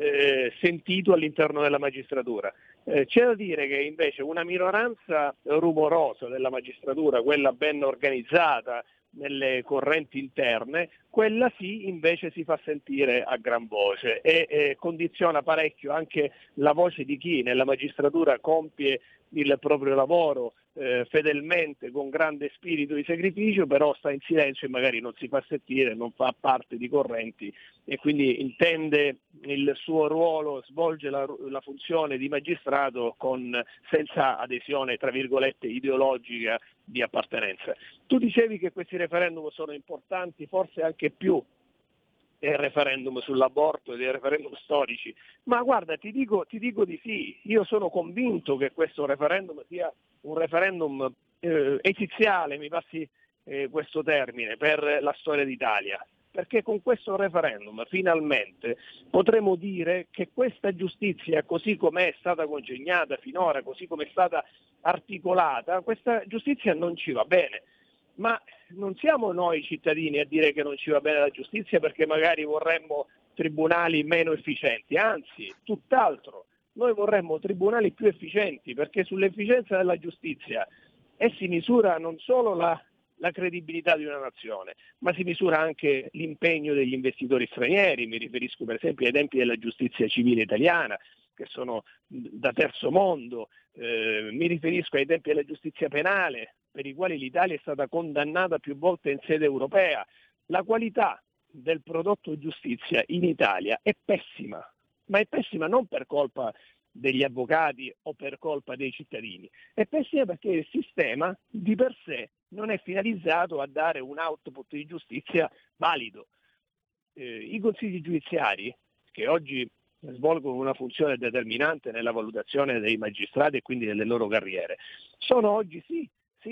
sentito all'interno della magistratura. C'è da dire che invece una minoranza rumorosa della magistratura, quella ben organizzata nelle correnti interne, quella sì invece si fa sentire a gran voce e condiziona parecchio anche la voce di chi nella magistratura compie il proprio lavoro fedelmente, con grande spirito di sacrificio, però sta in silenzio e magari non si fa sentire, non fa parte di correnti e quindi intende il suo ruolo, svolge la funzione di magistrato senza adesione, tra virgolette, ideologica di appartenenza. Tu dicevi che questi referendum sono importanti, forse anche più del referendum sull'aborto e dei referendum storici, ma guarda, ti dico di sì, io sono convinto che questo referendum sia un referendum esiziale, mi passi questo termine, per la storia d'Italia, perché con questo referendum finalmente potremo dire che questa giustizia, così come è stata congegnata finora, così come è stata articolata, questa giustizia non ci va bene. Ma non siamo noi cittadini a dire che non ci va bene la giustizia perché magari vorremmo tribunali meno efficienti, anzi, tutt'altro. Noi vorremmo tribunali più efficienti perché sull'efficienza della giustizia si misura non solo la credibilità di una nazione, ma si misura anche l'impegno degli investitori stranieri. Mi riferisco per esempio ai tempi della giustizia civile italiana, che sono da terzo mondo, mi riferisco ai tempi della giustizia penale, per i quali l'Italia è stata condannata più volte in sede europea. La qualità del prodotto giustizia in Italia è pessima, ma è pessima non per colpa degli avvocati o per colpa dei cittadini, è pessima perché il sistema di per sé non è finalizzato a dare un output di giustizia valido. I consigli giudiziari, che oggi svolgono una funzione determinante nella valutazione dei magistrati e quindi delle loro carriere, sono oggi sì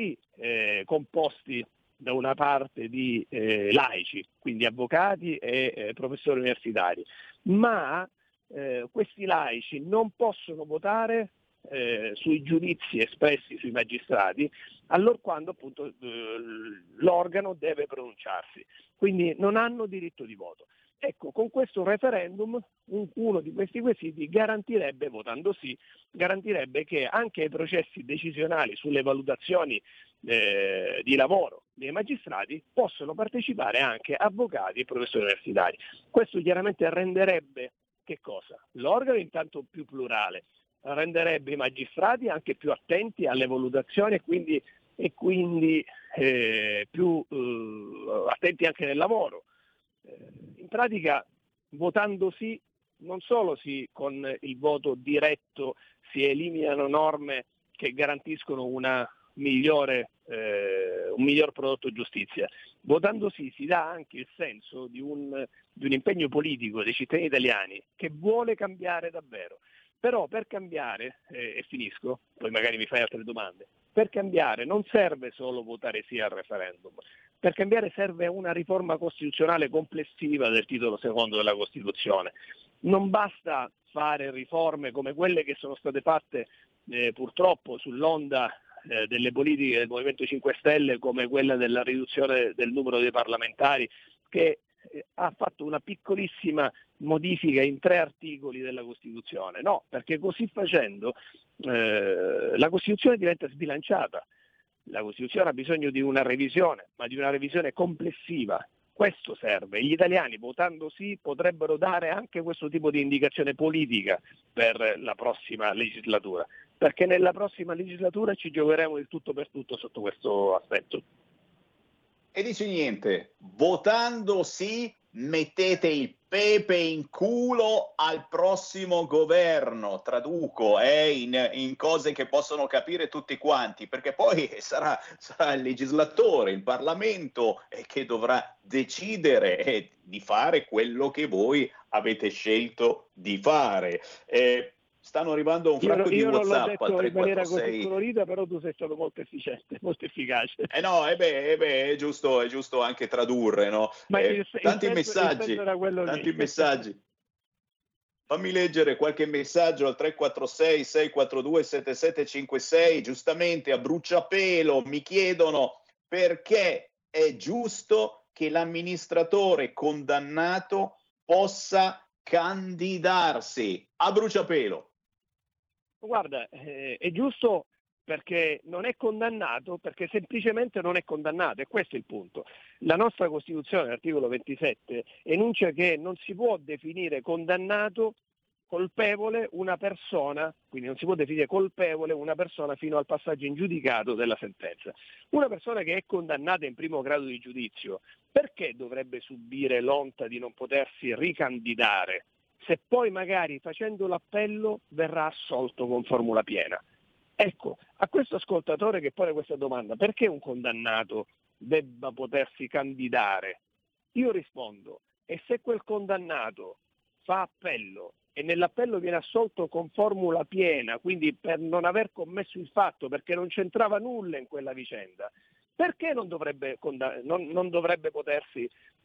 composti da una parte di laici, quindi avvocati e professori universitari, ma questi laici non possono votare sui giudizi espressi sui magistrati allorquando appunto l'organo deve pronunciarsi, quindi non hanno diritto di voto. Ecco, con questo referendum uno di questi quesiti garantirebbe, votando sì, garantirebbe che anche ai processi decisionali sulle valutazioni di lavoro dei magistrati possono partecipare anche avvocati e professori universitari. Questo chiaramente renderebbe che cosa? L'organo intanto più plurale, renderebbe i magistrati anche più attenti alle valutazioni e quindi più attenti anche nel lavoro. In pratica, votando sì, non solo con il voto diretto si eliminano norme che garantiscono un miglior prodotto giustizia, votando sì si dà anche il senso di un impegno politico dei cittadini italiani che vuole cambiare davvero. Però per cambiare, e finisco, poi magari mi fai altre domande, per cambiare non serve solo votare sì al referendum, per cambiare serve una riforma costituzionale complessiva del titolo secondo della Costituzione. Non basta fare riforme come quelle che sono state fatte purtroppo sull'onda delle politiche del Movimento 5 Stelle, come quella della riduzione del numero dei parlamentari, che ha fatto una piccolissima modifica in 3 articoli della Costituzione. No, perché così facendo la Costituzione diventa sbilanciata. La Costituzione ha bisogno di una revisione, ma di una revisione complessiva. Questo serve. Gli italiani, votando sì, potrebbero dare anche questo tipo di indicazione politica per la prossima legislatura, perché nella prossima legislatura ci giocheremo il tutto per tutto sotto questo aspetto. E dici niente, votando sì mettete il pepe in culo al prossimo governo, traduco in cose che possono capire tutti quanti, perché poi sarà il legislatore, il Parlamento che dovrà decidere di fare quello che voi avete scelto di fare. stanno arrivando un fracco di WhatsApp al 346. Io non l'ho detto in maniera così colorita, però tu sei stato molto efficiente, molto efficace. È giusto anche tradurre, no? Tanti messaggi. Fammi leggere qualche messaggio al 346 642 7756. Giustamente a bruciapelo mi chiedono perché è giusto che l'amministratore condannato possa candidarsi. A bruciapelo. Guarda, è giusto perché non è condannato, perché semplicemente non è condannato, e questo è il punto. La nostra Costituzione, l'articolo 27, enuncia che non si può definire condannato colpevole una persona, quindi non si può definire colpevole una persona fino al passaggio in giudicato della sentenza. Una persona che è condannata in primo grado di giudizio, perché dovrebbe subire l'onta di non potersi ricandidare, se poi magari facendo l'appello verrà assolto con formula piena? Ecco, a questo ascoltatore che pone questa domanda, perché un condannato debba potersi candidare? Io rispondo, e se quel condannato fa appello e nell'appello viene assolto con formula piena, quindi per non aver commesso il fatto, perché non c'entrava nulla in quella vicenda, perché non dovrebbe potersi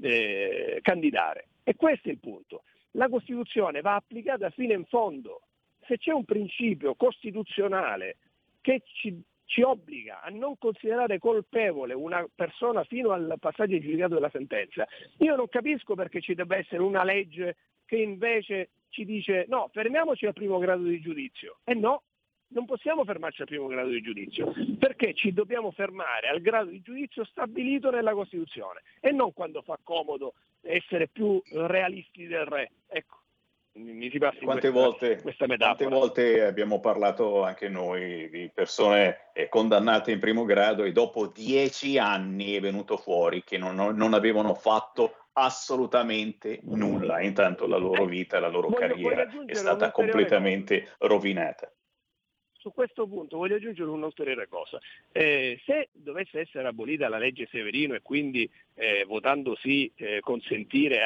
candidare? E questo è il punto. La Costituzione va applicata fino in fondo. Se c'è un principio costituzionale che ci obbliga a non considerare colpevole una persona fino al passaggio in giudicato della sentenza, io non capisco perché ci debba essere una legge che invece ci dice no, fermiamoci al primo grado di giudizio. E no, non possiamo fermarci al primo grado di giudizio, perché ci dobbiamo fermare al grado di giudizio stabilito nella Costituzione e non quando fa comodo essere più realisti del re. Ecco, mi si passi questa metafora. Quante volte abbiamo parlato anche noi di persone condannate in primo grado e dopo 10 anni è venuto fuori che non avevano fatto assolutamente nulla, intanto la loro vita, la loro carriera è stata completamente rovinata. Su questo punto voglio aggiungere un'ulteriore cosa. Se dovesse essere abolita la legge Severino e quindi votando sì consentire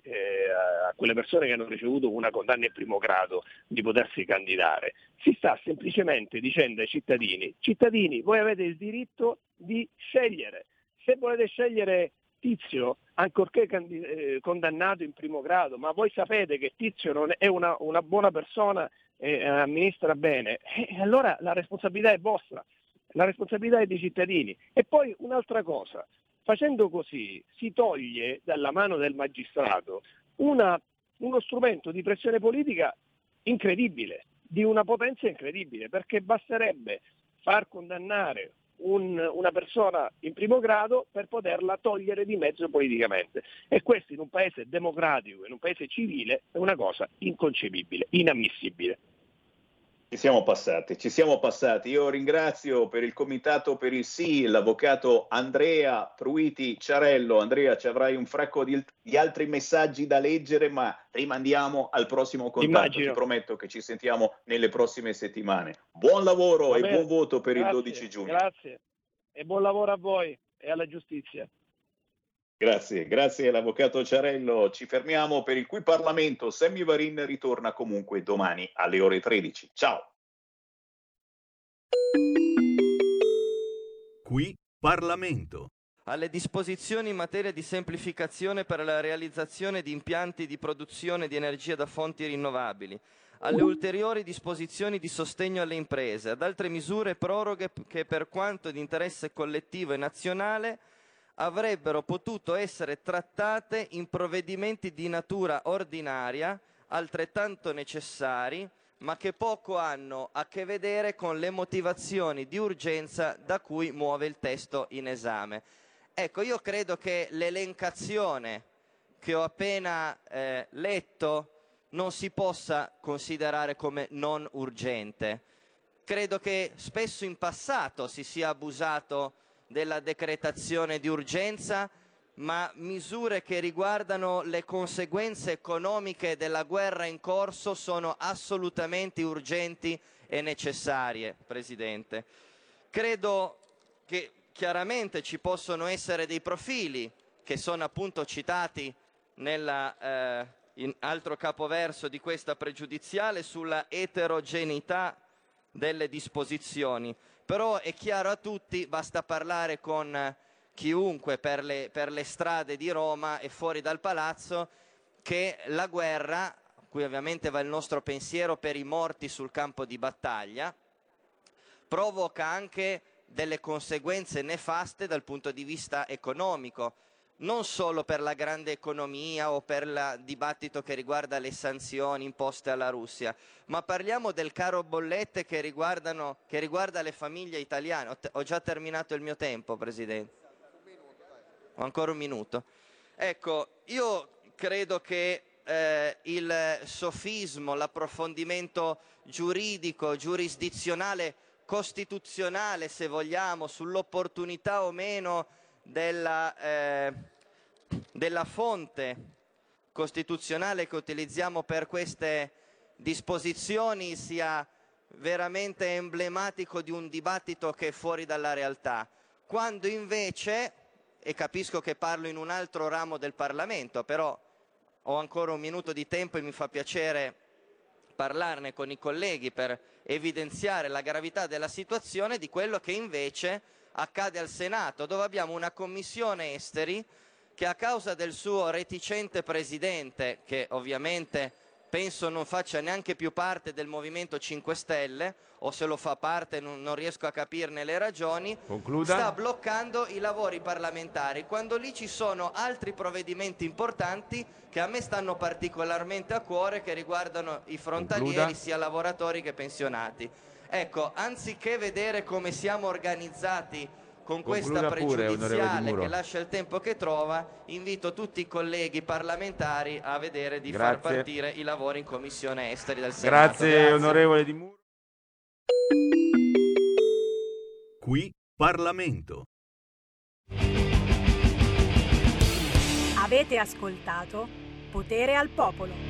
a quelle persone che hanno ricevuto una condanna in primo grado di potersi candidare, si sta semplicemente dicendo ai cittadini, voi avete il diritto di scegliere. Se volete scegliere Tizio, ancorché condannato in primo grado, ma voi sapete che Tizio non è una buona persona e amministra bene, allora la responsabilità è vostra, la responsabilità è dei cittadini. E poi un'altra cosa, facendo così si toglie dalla mano del magistrato uno strumento di pressione politica incredibile, di una potenza incredibile, perché basterebbe far condannare una persona in primo grado per poterla togliere di mezzo politicamente, e questo in un paese democratico, in un paese civile, è una cosa inconcepibile, inammissibile. Ci siamo passati. Io ringrazio per il comitato per il sì l'avvocato Andrea Pruiti Ciarello. Andrea, ci avrai un fracco di altri messaggi da leggere, ma rimandiamo al prossimo contatto. Immagino. Ti prometto che ci sentiamo nelle prossime settimane. Buon lavoro e buon voto per il 12 giugno. Grazie e buon lavoro a voi e alla giustizia. Grazie all'avvocato Ciarello. Ci fermiamo per il Qui Parlamento. Sammy Varin ritorna comunque domani alle ore 13. Ciao. Qui Parlamento. Alle disposizioni in materia di semplificazione per la realizzazione di impianti di produzione di energia da fonti rinnovabili, alle ulteriori disposizioni di sostegno alle imprese, ad altre misure e proroghe che per quanto di interesse collettivo e nazionale avrebbero potuto essere trattate in provvedimenti di natura ordinaria, altrettanto necessari, ma che poco hanno a che vedere con le motivazioni di urgenza da cui muove il testo in esame. Ecco, io credo che l'elencazione che ho appena letto non si possa considerare come non urgente. Credo che spesso in passato si sia abusato della decretazione di urgenza, ma misure che riguardano le conseguenze economiche della guerra in corso sono assolutamente urgenti e necessarie, Presidente. Credo che chiaramente ci possono essere dei profili che sono appunto citati nella altro capoverso di questa pregiudiziale, sulla eterogeneità delle disposizioni. Però è chiaro a tutti, basta parlare con chiunque per le strade di Roma e fuori dal palazzo, che la guerra, qui ovviamente va il nostro pensiero per i morti sul campo di battaglia, provoca anche delle conseguenze nefaste dal punto di vista economico, non solo per la grande economia o per il dibattito che riguarda le sanzioni imposte alla Russia, ma parliamo del caro bollette che riguarda le famiglie italiane. Ho già terminato il mio tempo, Presidente. Ho ancora un minuto. Ecco, io credo che il sofismo, l'approfondimento giuridico, giurisdizionale, costituzionale, se vogliamo, sull'opportunità o meno della fonte costituzionale che utilizziamo per queste disposizioni sia veramente emblematico di un dibattito che è fuori dalla realtà, quando invece, e capisco che parlo in un altro ramo del Parlamento, però ho ancora un minuto di tempo e mi fa piacere parlarne con i colleghi per evidenziare la gravità della situazione, di quello che invece accade al Senato, dove abbiamo una commissione esteri che, a causa del suo reticente presidente, che ovviamente penso non faccia neanche più parte del Movimento 5 Stelle, o se lo fa parte non riesco a capirne le ragioni, sta bloccando i lavori parlamentari, quando lì ci sono altri provvedimenti importanti che a me stanno particolarmente a cuore, che riguardano i frontalieri, sia lavoratori che pensionati. Ecco, anziché vedere come siamo organizzati con questa pregiudiziale che lascia il tempo che trova, invito tutti i colleghi parlamentari a vedere di far partire i lavori in Commissione Esteri del Senato. Grazie. Onorevole Di Muro. Qui Parlamento. Avete ascoltato Potere al Popolo.